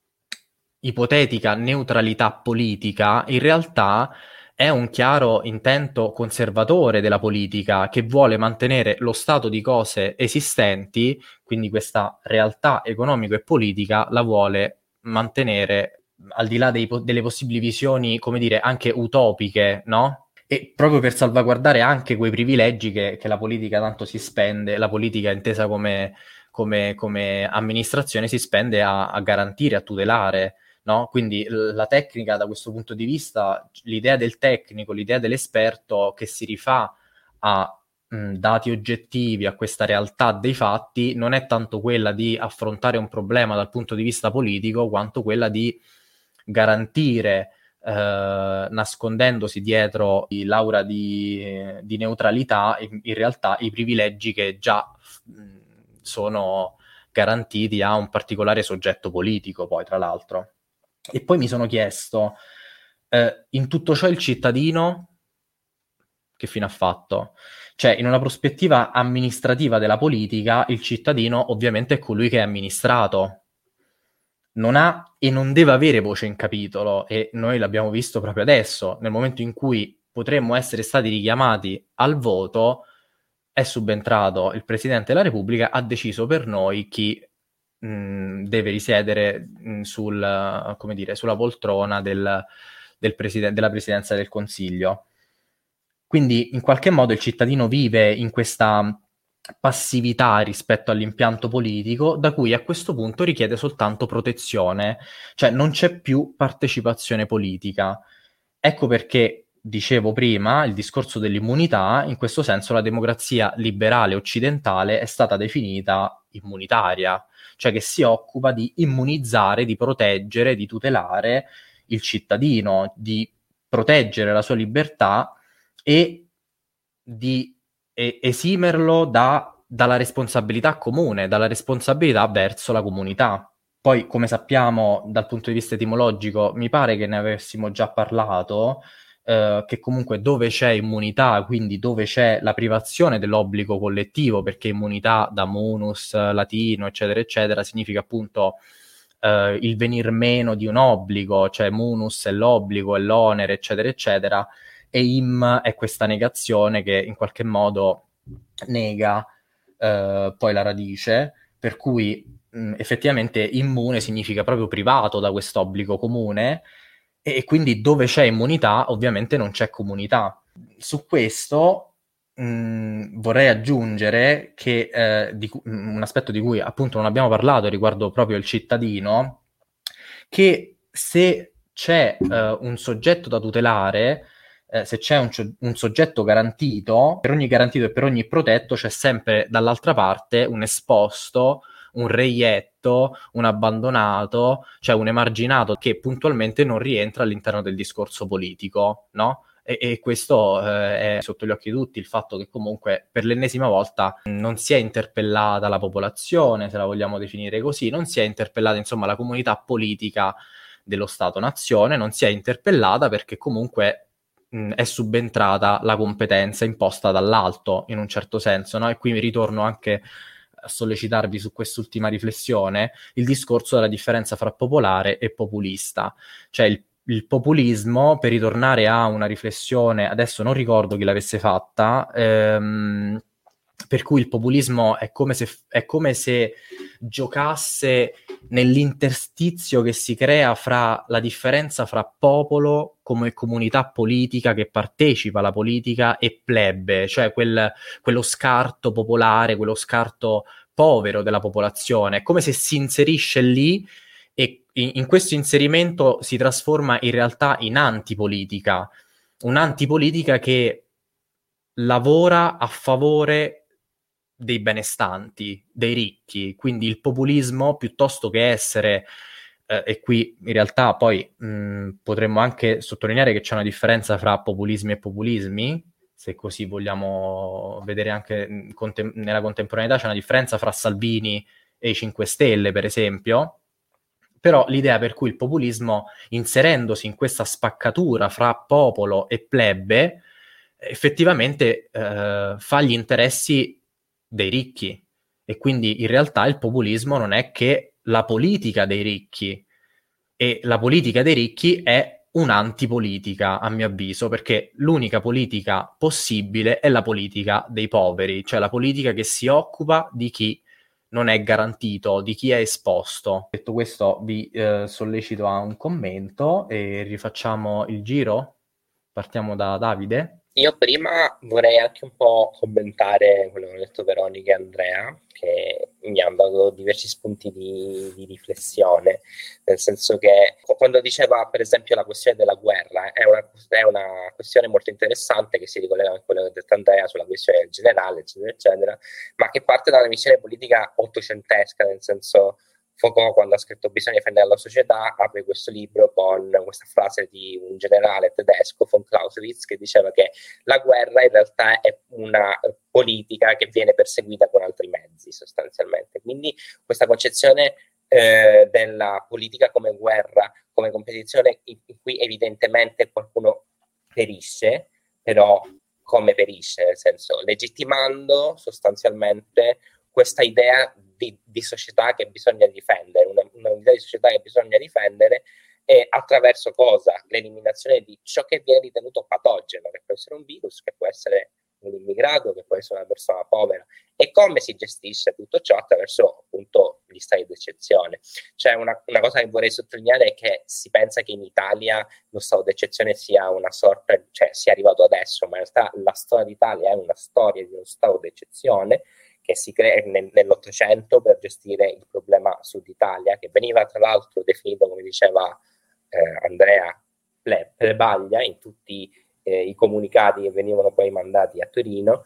ipotetica neutralità politica, in realtà è un chiaro intento conservatore della politica che vuole mantenere lo stato di cose esistenti, quindi questa realtà economica e politica la vuole mantenere al di là dei, delle possibili visioni, come dire, anche utopiche, no? E proprio per salvaguardare anche quei privilegi che, che la politica tanto si spende, la politica intesa come, come, come amministrazione si spende a, a garantire, a tutelare. No? Quindi la tecnica da questo punto di vista, l'idea del tecnico, l'idea dell'esperto che si rifà a mh, dati oggettivi, a questa realtà dei fatti, non è tanto quella di affrontare un problema dal punto di vista politico, quanto quella di garantire, eh, nascondendosi dietro l'aura di, di neutralità, in, in realtà i privilegi che già mh, sono garantiti a un particolare soggetto politico, poi tra l'altro. E poi mi sono chiesto, eh, in tutto ciò il cittadino che fine ha fatto? Cioè, in una prospettiva amministrativa della politica, il cittadino ovviamente è colui che è amministrato. Non ha e non deve avere voce in capitolo, e noi l'abbiamo visto proprio adesso, nel momento in cui potremmo essere stati richiamati al voto, è subentrato il Presidente della Repubblica, ha deciso per noi chi mh, deve risiedere mh, sul, come dire, sulla poltrona del, del preside- della Presidenza del Consiglio. Quindi in qualche modo il cittadino vive in questa passività rispetto all'impianto politico, da cui a questo punto richiede soltanto protezione, cioè non c'è più partecipazione politica. Ecco perché, dicevo prima, il discorso dell'immunità, in questo senso la democrazia liberale occidentale è stata definita immunitaria, cioè che si occupa di immunizzare, di proteggere, di tutelare il cittadino, di proteggere la sua libertà e di e- esimerlo da, dalla responsabilità comune, dalla responsabilità verso la comunità. Poi, come sappiamo dal punto di vista etimologico, mi pare che ne avessimo già parlato, eh, che comunque dove c'è immunità, quindi dove c'è la privazione dell'obbligo collettivo, perché immunità da munus latino, eccetera, eccetera, significa appunto eh, il venir meno di un obbligo, cioè munus è l'obbligo, è l'onere, eccetera, eccetera, e im è questa negazione che in qualche modo nega eh, poi la radice, per cui mh, effettivamente immune significa proprio privato da quest'obbligo comune, e, e quindi dove c'è immunità ovviamente non c'è comunità. Su questo mh, vorrei aggiungere che eh, di, un aspetto di cui appunto non abbiamo parlato riguardo proprio il cittadino, che se c'è eh, un soggetto da tutelare, Eh, se c'è un, un soggetto garantito, per ogni garantito e per ogni protetto c'è sempre dall'altra parte un esposto, un reietto, un abbandonato, cioè un emarginato che puntualmente non rientra all'interno del discorso politico, no? E, e questo eh, è sotto gli occhi di tutti, il fatto che comunque per l'ennesima volta non si è interpellata la popolazione, se la vogliamo definire così, non si è interpellata insomma la comunità politica dello Stato-nazione, non si è interpellata perché comunque mh, è subentrata la competenza imposta dall'alto, in un certo senso, no? E qui mi ritorno anche a sollecitarvi su quest'ultima riflessione, il discorso della differenza fra popolare e populista. Cioè il, il populismo, per ritornare a una riflessione, adesso non ricordo chi l'avesse fatta, ehm, per cui il populismo è come se, è come se giocasse nell'interstizio che si crea fra la differenza fra popolo come comunità politica che partecipa alla politica e plebe, cioè quel, quello scarto popolare, quello scarto povero della popolazione. È come se si inserisce lì e in, in questo inserimento si trasforma in realtà in antipolitica, un'antipolitica che lavora a favore dei benestanti, dei ricchi, quindi il populismo piuttosto che essere, eh, e qui in realtà poi mh, potremmo anche sottolineare che c'è una differenza fra populismi e populismi, se così vogliamo vedere anche mh, contem- nella contemporaneità c'è una differenza fra Salvini e i cinque Stelle, per esempio, però l'idea per cui il populismo, inserendosi in questa spaccatura fra popolo e plebe, effettivamente eh, fa gli interessi dei ricchi, e quindi in realtà il populismo non è che la politica dei ricchi, e la politica dei ricchi è un'antipolitica, a mio avviso, perché l'unica politica possibile è la politica dei poveri, cioè la politica che si occupa di chi non è garantito, di chi è esposto. Detto questo, vi eh, sollecito a un commento e rifacciamo il giro. Partiamo da Davide. Io prima vorrei anche un po' commentare quello che hanno detto Veronica e Andrea, che mi hanno dato diversi spunti di, di riflessione, nel senso che quando diceva per esempio la questione della guerra, è una, è una questione molto interessante che si ricollega a quello che ha detto Andrea sulla questione del generale, eccetera, eccetera, ma che parte da una visione politica ottocentesca, nel senso Foucault, quando ha scritto Bisogna difendere la società, apre questo libro con questa frase di un generale tedesco, von Clausewitz, che diceva che la guerra in realtà è una politica che viene perseguita con altri mezzi, sostanzialmente. Quindi questa concezione eh, della politica come guerra, come competizione in, in cui evidentemente qualcuno perisce, però come perisce? Nel senso, legittimando sostanzialmente questa idea di, di società che bisogna difendere, una, un'idea di società che bisogna difendere, e attraverso cosa? L'eliminazione di ciò che viene ritenuto patogeno, che può essere un virus, che può essere un immigrato, che può essere una persona povera, e come si gestisce tutto ciò attraverso appunto gli stati d'eccezione. Cioè una, una cosa che vorrei sottolineare è che si pensa che in Italia lo stato d'eccezione sia una sorta, cioè sia arrivato adesso, ma in realtà la storia d'Italia è una storia di uno stato d'eccezione che si crea nel, nell'Ottocento per gestire il problema Sud Italia, che veniva tra l'altro definito, come diceva eh, Andrea, ple, plebaglia in tutti eh, i comunicati che venivano poi mandati a Torino,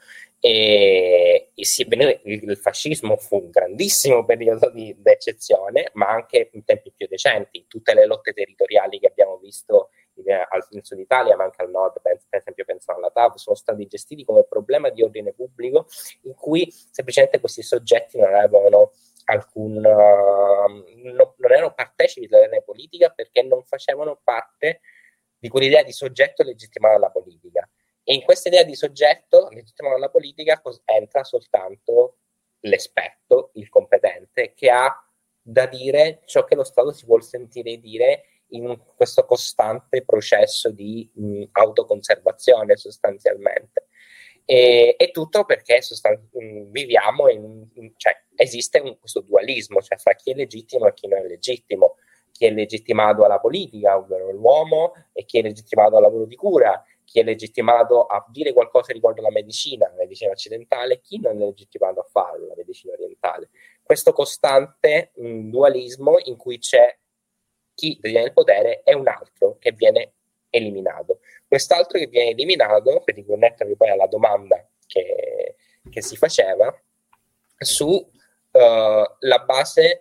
e, e si, il fascismo fu un grandissimo periodo di eccezione, ma anche in tempi più decenti. Tutte le lotte territoriali che abbiamo visto al Sud Italia, ma anche al nord, per esempio penso alla T A V, sono stati gestiti come problema di ordine pubblico, in cui semplicemente questi soggetti non avevano alcun uh, no, non erano partecipi della politica, perché non facevano parte di quell'idea di soggetto legittimato alla politica. E in questa idea di soggetto legittimato alla politica entra soltanto l'esperto, il competente, che ha da dire ciò che lo Stato si vuol sentire dire in questo costante processo di mh, autoconservazione, sostanzialmente. E, e tutto perché sostan- mh, viviamo in, in cioè esiste un, questo dualismo, cioè fra chi è legittimo e chi non è legittimo, chi è legittimato alla politica, ovvero l'uomo, e chi è legittimato al lavoro di cura, chi è legittimato a dire qualcosa riguardo alla medicina, la medicina occidentale, chi non è legittimato a farlo, la medicina orientale. Questo costante mh, dualismo in cui c'è chi detiene il potere e un altro che viene eliminato. Quest'altro che viene eliminato, per riconnettervi poi alla domanda che, che si faceva, su uh, la base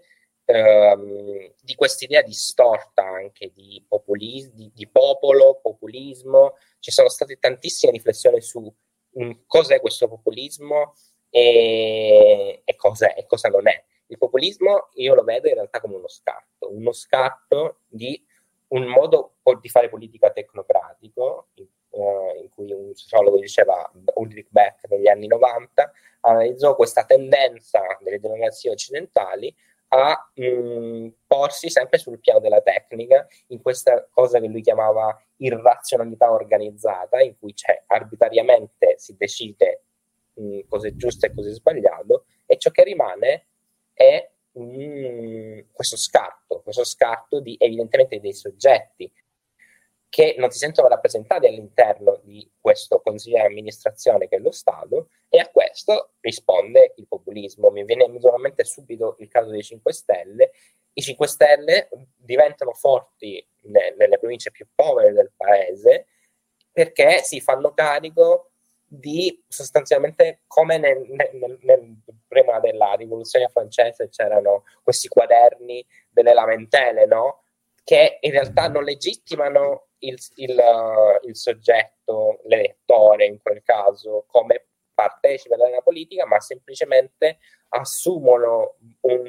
uh, di quest'idea distorta anche di populismo, di, di popolo, populismo. Ci sono state tantissime riflessioni su um, cos'è questo populismo e, e, cos'è, e cosa non è. Il populismo io lo vedo in realtà come uno scarto, uno scarto di un modo di fare politica tecnocratico, uh, in cui un sociologo diceva, Ulrich Beck, negli anni novanta, analizzò questa tendenza delle democrazie occidentali a mh, porsi sempre sul piano della tecnica, in questa cosa che lui chiamava irrazionalità organizzata, in cui c'è arbitrariamente si decide mh, cosa è giusto e cosa è sbagliato, e ciò che rimane è mh, questo scarto, questo scarto di evidentemente dei soggetti che non si sentono rappresentati all'interno di questo consiglio di amministrazione che è lo Stato, e a questo risponde il populismo. Mi viene naturalmente subito il caso dei cinque Stelle. I cinque Stelle diventano forti ne- nelle province più povere del paese perché si fanno carico di sostanzialmente come nel, nel, nel, prima della rivoluzione francese c'erano questi quaderni delle lamentele, no? Che in realtà non legittimano il, il, uh, il soggetto, l'elettore in quel caso, come partecipa della politica, ma semplicemente assumono un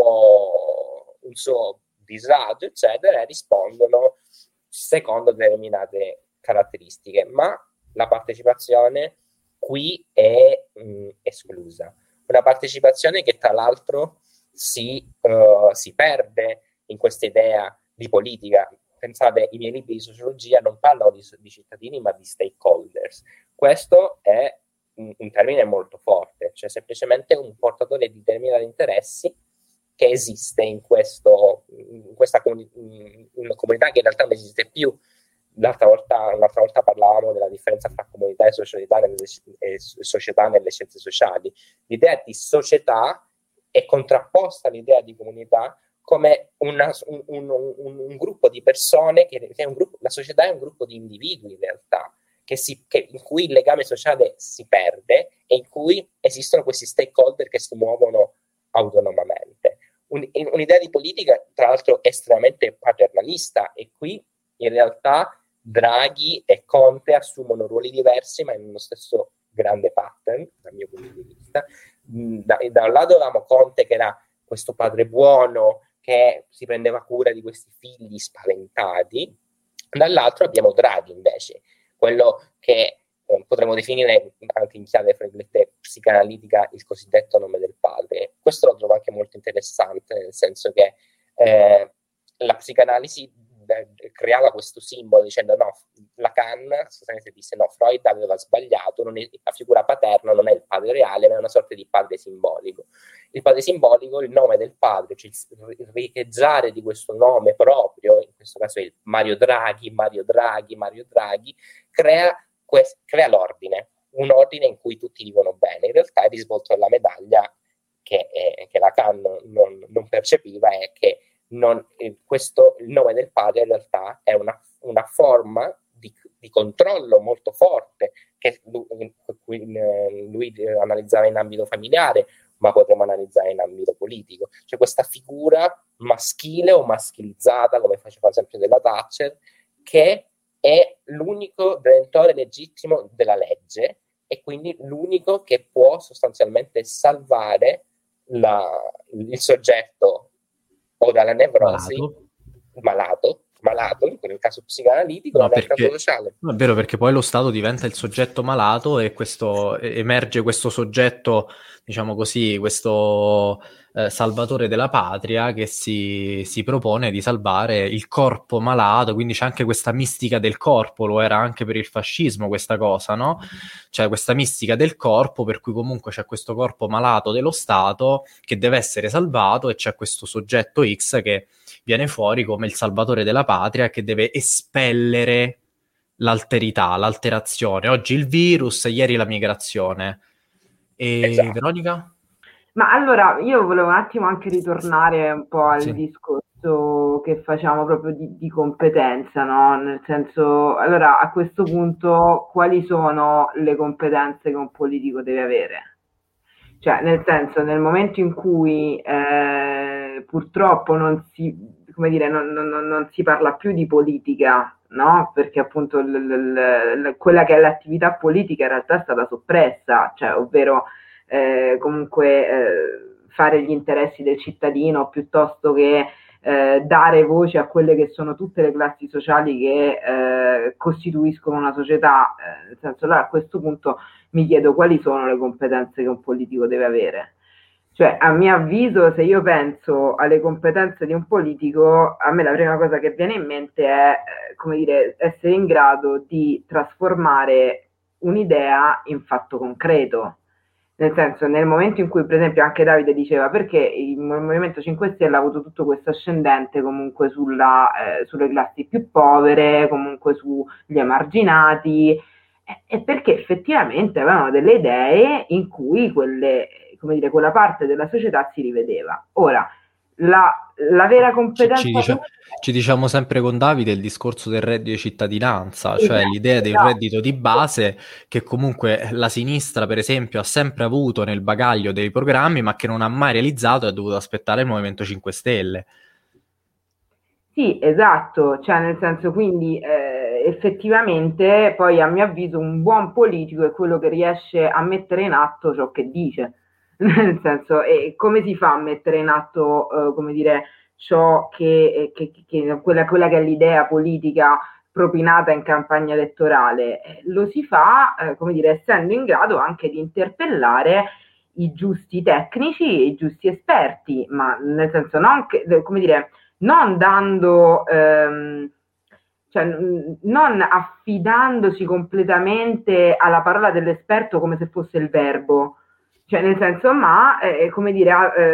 suo, un suo disagio, eccetera, e rispondono secondo determinate caratteristiche. Ma la partecipazione qui è mh, esclusa. Una partecipazione che tra l'altro si, uh, si perde in questa idea di politica. Pensate, i miei libri di sociologia non parlano di, di cittadini, ma di stakeholders. Questo è un, un termine molto forte, cioè semplicemente un portatore di determinati interessi che esiste in, questo, in questa comuni- in una comunità che in realtà non esiste più. L'altra volta, l'altra volta parlavamo della differenza tra comunità e società nelle, e società nelle scienze sociali. L'idea di società è contrapposta all'idea di comunità come una, un, un, un, un gruppo di persone, che, che è un gruppo, la società è un gruppo di individui in realtà, che si, che, in cui il legame sociale si perde e in cui esistono questi stakeholder che si muovono autonomamente. Un, un'idea di politica, tra l'altro, estremamente paternalista, e qui in realtà Draghi e Conte assumono ruoli diversi ma in uno stesso grande pattern, dal mio punto di vista. Da, da un lato avevamo Conte che era questo padre buono che si prendeva cura di questi figli spaventati, dall'altro abbiamo Draghi invece, quello che eh, potremmo definire anche in chiave psicanalitica il cosiddetto nome del padre. Questo lo trovo anche molto interessante, nel senso che eh, la psicanalisi creava questo simbolo dicendo no, Lacan sostanzialmente disse no, Freud aveva sbagliato, non è, la figura paterna non è il padre reale ma è una sorta di padre simbolico. Il padre simbolico, il nome del padre, cioè il riecheggiare di questo nome proprio, in questo caso è il Mario Draghi, Mario Draghi, Mario Draghi, crea, quest, crea l'ordine, un ordine in cui tutti vivono bene. In realtà il risvolto della medaglia che, è, che Lacan non, non percepiva è che Non, eh, questo, il nome del padre in realtà è una, una forma di, di controllo molto forte che lui, lui analizzava in ambito familiare, ma potremmo analizzare in ambito politico. Cioè questa figura maschile o maschilizzata, come faceva esempio della Thatcher, che è l'unico detentore legittimo della legge e quindi l'unico che può sostanzialmente salvare la, il soggetto o dalla nevrosi, malato, malato, malato nel caso psicanalitico, no, nel perché, caso sociale. No, è vero, perché poi lo Stato diventa il soggetto malato e questo emerge questo soggetto, diciamo così, questo eh, salvatore della patria che si, si propone di salvare il corpo malato, quindi c'è anche questa mistica del corpo, lo era anche per il fascismo questa cosa, no? C'è questa mistica del corpo per cui comunque c'è questo corpo malato dello Stato che deve essere salvato e c'è questo soggetto X che viene fuori come il salvatore della patria che deve espellere l'alterità, l'alterazione. Oggi il virus, ieri la migrazione. E esatto. Veronica? Ma allora, io volevo un attimo anche ritornare un po' al Sì. discorso che facciamo proprio di, di competenza, no? Nel senso, allora, a questo punto, quali sono le competenze che un politico deve avere? Cioè, nel senso, nel momento in cui eh, purtroppo non si, come dire, non, non, non si parla più di politica, no? Perché appunto l, l, l, quella che è l'attività politica in realtà è stata soppressa, cioè, ovvero eh, comunque eh, fare gli interessi del cittadino piuttosto che eh, dare voce a quelle che sono tutte le classi sociali che eh, costituiscono una società, eh, nel senso, allora a questo punto mi chiedo quali sono le competenze che un politico deve avere. Cioè, a mio avviso, se io penso alle competenze di un politico, a me la prima cosa che viene in mente è, eh, come dire, essere in grado di trasformare un'idea in fatto concreto. Nel senso, nel momento in cui, per esempio, anche Davide diceva perché il Movimento cinque Stelle ha avuto tutto questo ascendente comunque sulla, eh, sulle classi più povere, comunque sugli emarginati, è perché effettivamente avevano delle idee in cui quelle, come dire, quella parte della società si rivedeva. Ora, la, la vera competenza... Ci, ci, dice, ci diciamo sempre con Davide il discorso del reddito di cittadinanza, cioè esatto, l'idea di un reddito di base che comunque la sinistra, per esempio, ha sempre avuto nel bagaglio dei programmi, ma che non ha mai realizzato e ha dovuto aspettare il Movimento cinque Stelle. Sì, esatto, cioè nel senso, quindi eh, effettivamente poi a mio avviso un buon politico è quello che riesce a mettere in atto ciò che dice, nel senso, e come si fa a mettere in atto, eh, come dire, ciò che, che, che quella, quella che è l'idea politica propinata in campagna elettorale? Lo si fa, eh, come dire, essendo in grado anche di interpellare i giusti tecnici e i giusti esperti, ma nel senso non che, come dire, non dando, ehm, cioè non affidandosi completamente alla parola dell'esperto come se fosse il verbo, cioè nel senso, ma eh, come dire,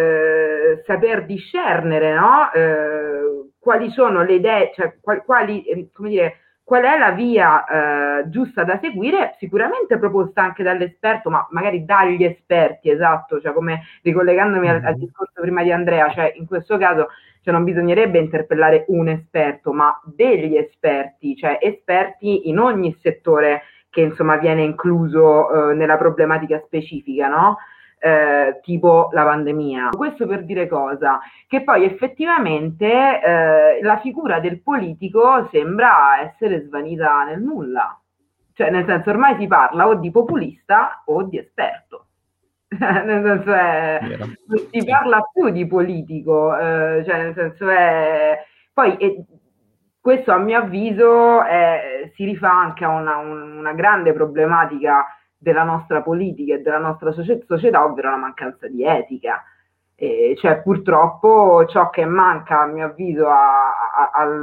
eh, saper discernere, no? Eh, quali sono le idee, cioè quali, quali eh, come dire, qual è la via eh, giusta da seguire, sicuramente proposta anche dall'esperto, ma magari dagli esperti, esatto, cioè come ricollegandomi al, al discorso prima di Andrea, cioè in questo caso cioè non bisognerebbe interpellare un esperto, ma degli esperti, cioè esperti in ogni settore che insomma viene incluso eh, nella problematica specifica, no? Eh, tipo la pandemia. Questo per dire cosa? Che poi effettivamente eh, la figura del politico sembra essere svanita nel nulla, cioè nel senso ormai si parla o di populista o di esperto. Nel senso è, non si sì. parla più di politico, eh, cioè nel senso è poi è, questo a mio avviso è, si rifà anche a una, una grande problematica della nostra politica e della nostra società, ovvero la mancanza di etica. E cioè purtroppo ciò che manca a mio avviso a, a, a,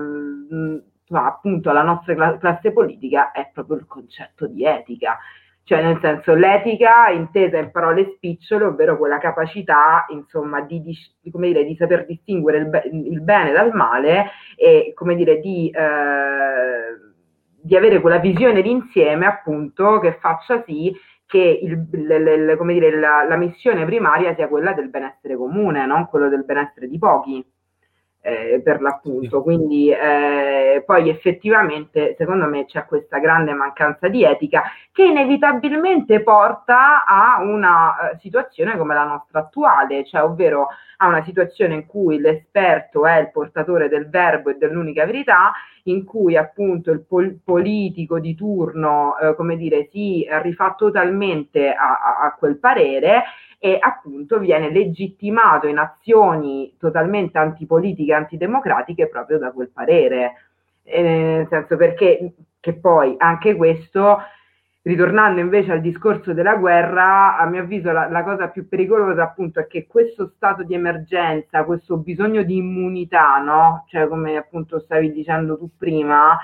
a, appunto alla nostra classe politica è proprio il concetto di etica. Cioè nel senso l'etica intesa in parole spicciole, ovvero quella capacità insomma di, di, di, come dire, di saper distinguere il, be- il bene dal male e come dire di, eh, di avere quella visione d'insieme appunto che faccia sì che il, le, le, come dire, la, la missione primaria sia quella del benessere comune, non quello del benessere di pochi. Eh, per l'appunto, quindi eh, poi effettivamente secondo me c'è questa grande mancanza di etica che inevitabilmente porta a una uh, situazione come la nostra attuale, cioè ovvero a una situazione in cui l'esperto è il portatore del verbo e dell'unica verità, in cui appunto il pol- politico di turno eh, come dire si rifà totalmente a, a, a quel parere e appunto viene legittimato in azioni totalmente antipolitiche, antidemocratiche proprio da quel parere, eh, nel senso perché che poi anche questo, ritornando invece al discorso della guerra, a mio avviso la, la cosa più pericolosa appunto è che questo stato di emergenza, questo bisogno di immunità, no? Cioè come appunto stavi dicendo tu prima,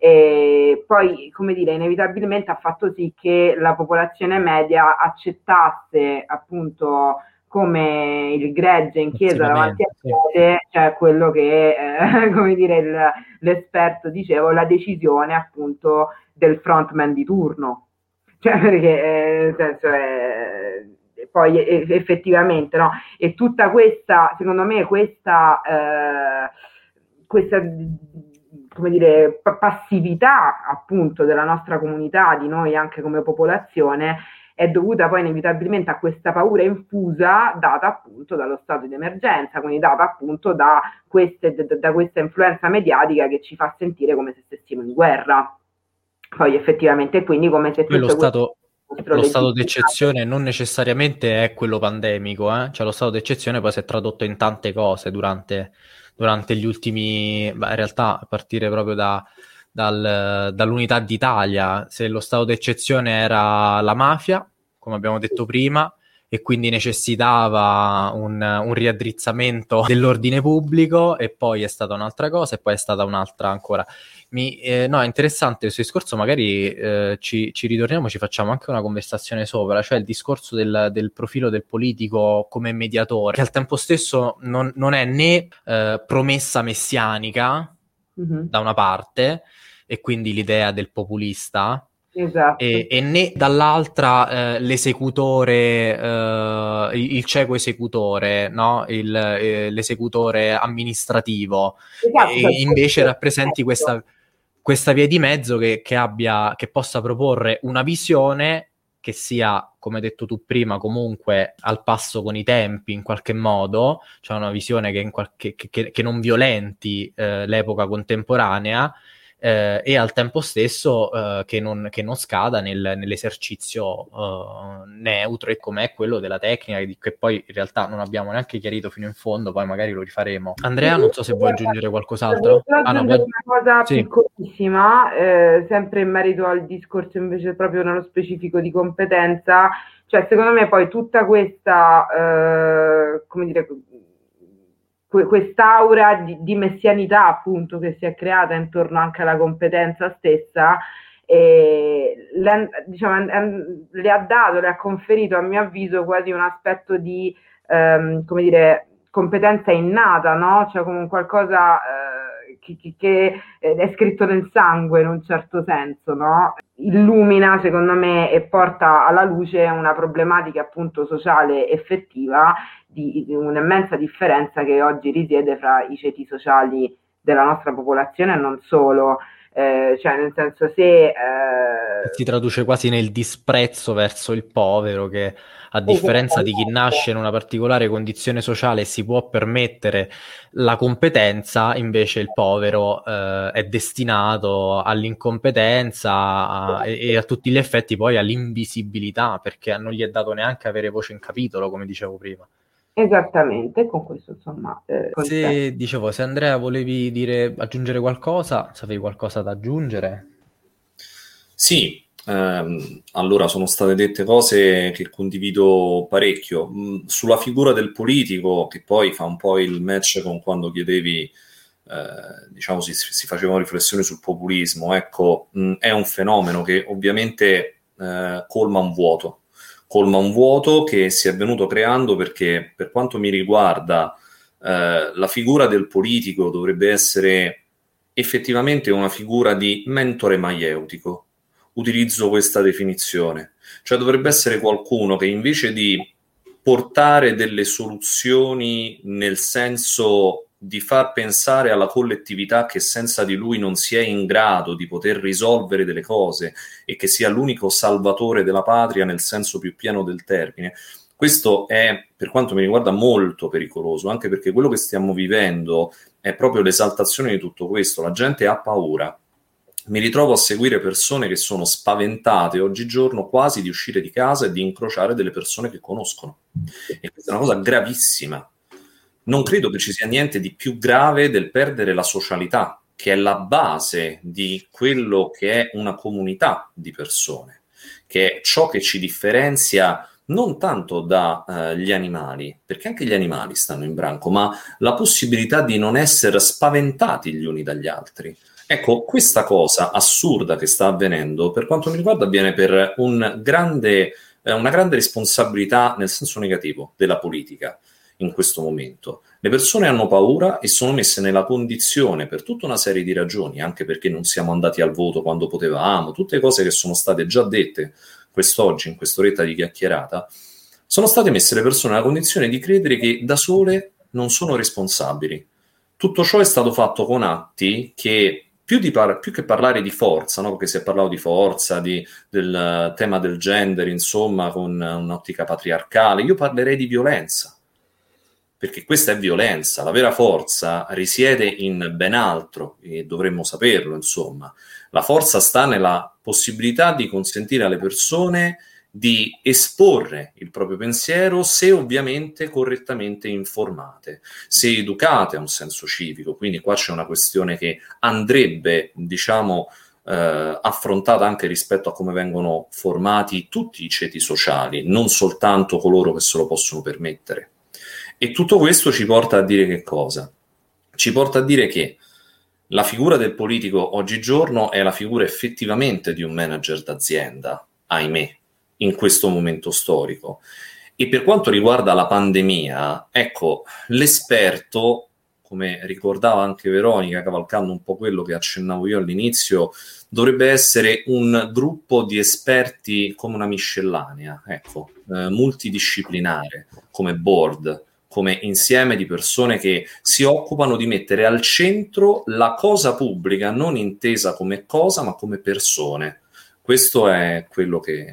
e poi, come dire, inevitabilmente ha fatto sì che la popolazione media accettasse appunto come il gregge in chiesa davanti a sé, cioè quello che, eh, come dire, il, l'esperto diceva, la decisione appunto del frontman di turno. Cioè perché, eh, nel senso, è, poi è, effettivamente, no? E tutta questa, secondo me, questa... Eh, questa come dire, passività appunto della nostra comunità, di noi anche come popolazione, è dovuta poi inevitabilmente a questa paura infusa data appunto dallo stato di emergenza, quindi data appunto da, queste, da, da questa influenza mediatica che ci fa sentire come se stessimo in guerra. Poi effettivamente quindi come se lo stato, lo stato d'eccezione non necessariamente è quello pandemico, eh? Cioè lo stato d'eccezione poi si è tradotto in tante cose durante durante gli ultimi, beh, in realtà a partire proprio da, dal, dall'unità d'Italia, se lo stato d'eccezione era la mafia, come abbiamo detto prima, e quindi necessitava un, un riaddrizzamento dell'ordine pubblico, e poi è stata un'altra cosa, e poi è stata un'altra ancora. Mi, eh, no, è interessante questo discorso, magari eh, ci, ci ritorniamo, ci facciamo anche una conversazione sopra, cioè il discorso del, del profilo del politico come mediatore, che al tempo stesso non, non è né eh, promessa messianica, mm-hmm. da una parte, e quindi l'idea del populista, esatto. e, e né dall'altra eh, l'esecutore, eh, il, il cieco esecutore, no? il, eh, l'esecutore amministrativo, esatto, e invece rappresenti questa, questa via di mezzo che, che abbia, che possa proporre una visione che sia, come hai detto tu prima, comunque al passo con i tempi in qualche modo, cioè una visione che, in qualche, che, che, che non violenti eh, l'epoca contemporanea, Eh, e al tempo stesso eh, che, non, che non scada nel, nell'esercizio eh, neutro, e com'è quello della tecnica, che, che poi in realtà non abbiamo neanche chiarito fino in fondo, poi magari lo rifaremo. Andrea, non so se vuoi aggiungere qualcos'altro. Voglio aggiungere ah, no, una cosa sì. piccolissima, eh, sempre in merito al discorso invece proprio nello specifico di competenza, cioè secondo me poi tutta questa, eh, come dire, quest'aura di, di messianità appunto che si è creata intorno anche alla competenza stessa, e le, diciamo, le ha dato, le ha conferito a mio avviso quasi un aspetto di ehm, come dire, competenza innata, no? Cioè come qualcosa eh, che, che, che è scritto nel sangue in un certo senso, no? Illumina secondo me e porta alla luce una problematica appunto sociale effettiva di, di un'immensa differenza che oggi risiede fra i ceti sociali della nostra popolazione e non solo, eh, cioè nel senso se eh... si traduce quasi nel disprezzo verso il povero, che a differenza di chi nasce in una particolare condizione sociale e si può permettere la competenza, invece il povero eh, è destinato all'incompetenza a, e, e a tutti gli effetti poi all'invisibilità, perché non gli è dato neanche avere voce in capitolo, come dicevo prima. Esattamente, con questo insomma... Eh, se, dicevo, se Andrea volevi dire, aggiungere qualcosa, se avevi qualcosa da aggiungere? Sì, ehm, allora sono state dette cose che condivido parecchio. Mh, sulla figura del politico, che poi fa un po' il match con quando chiedevi, eh, diciamo, si, si facevano riflessioni sul populismo, ecco, mh, è un fenomeno che ovviamente eh, colma un vuoto. colma un vuoto che si è venuto creando perché, per quanto mi riguarda, eh, la figura del politico dovrebbe essere effettivamente una figura di mentore maieutico. Utilizzo questa definizione. Cioè dovrebbe essere qualcuno che invece di portare delle soluzioni nel senso di far pensare alla collettività che senza di lui non si è in grado di poter risolvere delle cose e che sia l'unico salvatore della patria nel senso più pieno del termine. Questo è, per quanto mi riguarda, molto pericoloso, anche perché quello che stiamo vivendo è proprio l'esaltazione di tutto questo. La gente ha paura. Mi ritrovo a seguire persone che sono spaventate oggigiorno quasi di uscire di casa e di incrociare delle persone che conoscono. E questa è una cosa gravissima. Non credo che ci sia niente di più grave del perdere la socialità, che è la base di quello che è una comunità di persone, che è ciò che ci differenzia non tanto dagli uh, animali, perché anche gli animali stanno in branco, ma la possibilità di non essere spaventati gli uni dagli altri. Ecco, questa cosa assurda che sta avvenendo, per quanto mi riguarda, avviene per un grande, eh, una grande responsabilità nel senso negativo della politica. In questo momento le persone hanno paura e sono messe nella condizione, per tutta una serie di ragioni, anche perché non siamo andati al voto quando potevamo, tutte cose che sono state già dette quest'oggi in quest'oretta di chiacchierata, sono state messe le persone nella condizione di credere che da sole non sono responsabili. Tutto ciò è stato fatto con atti che più, di par- più che parlare di forza, no? Perché si è parlato di forza, di, del tema del gender, insomma, con un'ottica patriarcale, io parlerei di violenza. Perché questa è violenza, la vera forza risiede in ben altro e dovremmo saperlo, insomma. La forza sta nella possibilità di consentire alle persone di esporre il proprio pensiero, se ovviamente correttamente informate, se educate a un senso civico. Quindi qua c'è una questione che andrebbe, diciamo, eh, affrontata anche rispetto a come vengono formati tutti i ceti sociali, non soltanto coloro che se lo possono permettere. E tutto questo ci porta a dire che cosa? Ci porta a dire che la figura del politico oggigiorno è la figura effettivamente di un manager d'azienda, ahimè, in questo momento storico. E per quanto riguarda la pandemia, ecco, l'esperto, come ricordava anche Veronica, cavalcando un po' quello che accennavo io all'inizio, dovrebbe essere un gruppo di esperti come una miscellanea, ecco, eh, multidisciplinare, come board, come insieme di persone che si occupano di mettere al centro la cosa pubblica, non intesa come cosa, ma come persone. Questo è quello che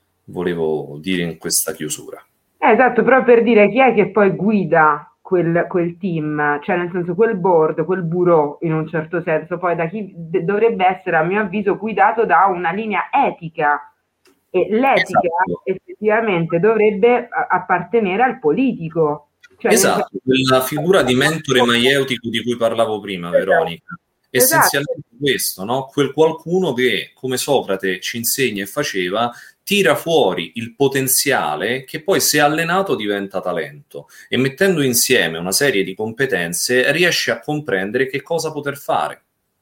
volevo dire in questa chiusura. Eh, esatto, però per dire chi è che poi guida quel, quel team, cioè nel senso quel board, quel bureau in un certo senso, poi da chi d- dovrebbe essere a mio avviso guidato da una linea etica, e l'etica Esatto. effettivamente dovrebbe a- appartenere al politico. Cioè, Esatto, quella figura di mentore maieutico di cui parlavo prima, Veronica. Essenzialmente esatto. Questo, no? Quel qualcuno che, come Socrate ci insegna e faceva, tira fuori il potenziale che poi, se allenato, diventa talento, e mettendo insieme una serie di competenze riesce a comprendere che cosa poter fare.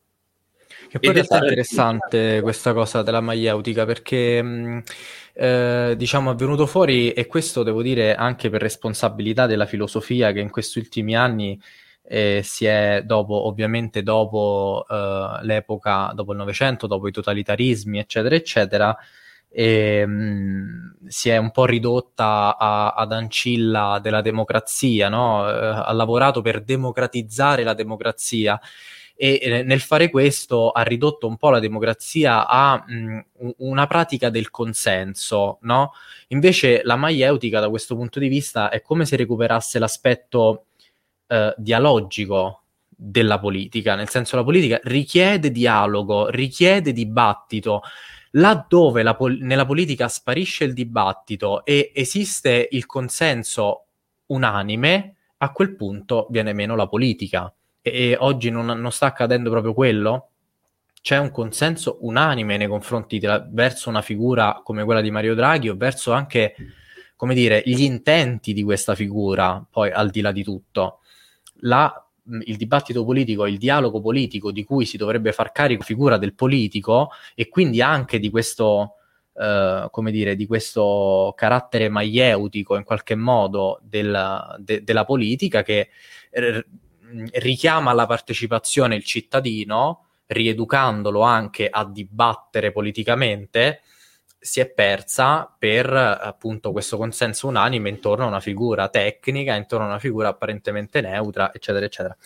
Che poi in realtà è interessante questa cosa della maieutica, perché mh, eh, diciamo è venuto fuori, e questo devo dire anche per responsabilità della filosofia, che in questi ultimi anni eh, si è, dopo ovviamente dopo eh, l'epoca, dopo il Novecento, dopo i totalitarismi eccetera eccetera, e, mh, si è un po' ridotta a, ad ancilla della democrazia, no? Eh, ha lavorato per democratizzare la democrazia, e eh, nel fare questo ha ridotto un po' la democrazia a mh, una pratica del consenso, no? Invece la maieutica, da questo punto di vista, è come se recuperasse l'aspetto eh, dialogico della politica, nel senso la politica richiede dialogo, richiede dibattito. Laddove la pol- nella politica sparisce il dibattito e esiste il consenso unanime, a quel punto viene meno la politica. E, e oggi non, non sta accadendo proprio quello? C'è un consenso unanime nei confronti della, verso una figura come quella di Mario Draghi, o verso anche, come dire, gli intenti di questa figura, poi al di là di tutto. La il dibattito politico, il dialogo politico di cui si dovrebbe far carico la figura del politico, e quindi anche di questo, eh, come dire, di questo carattere maieutico in qualche modo del, de, della politica, che r- richiama alla partecipazione il cittadino, rieducandolo anche a dibattere politicamente, si è persa per appunto questo consenso unanime intorno a una figura tecnica, intorno a una figura apparentemente neutra, eccetera eccetera.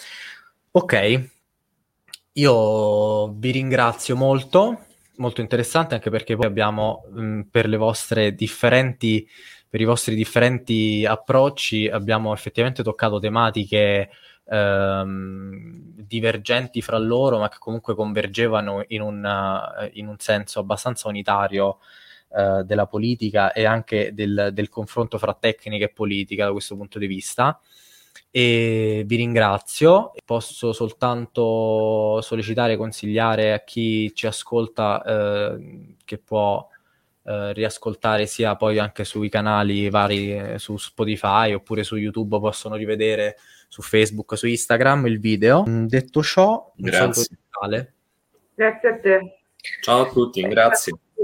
Ok, io vi ringrazio molto, molto interessante, anche perché poi abbiamo mh, per le vostre differenti per i vostri differenti approcci abbiamo effettivamente toccato tematiche ehm, divergenti fra loro, ma che comunque convergevano in un, in un senso abbastanza unitario Uh, della politica, e anche del, del confronto fra tecnica e politica da questo punto di vista. E vi ringrazio. Posso soltanto sollecitare e consigliare a chi ci ascolta uh, che può uh, riascoltare sia poi anche sui canali vari, eh, su Spotify, oppure su YouTube, possono rivedere su Facebook, su Instagram il video. Detto ciò, un saluto generale. Grazie a te. Ciao a tutti, grazie.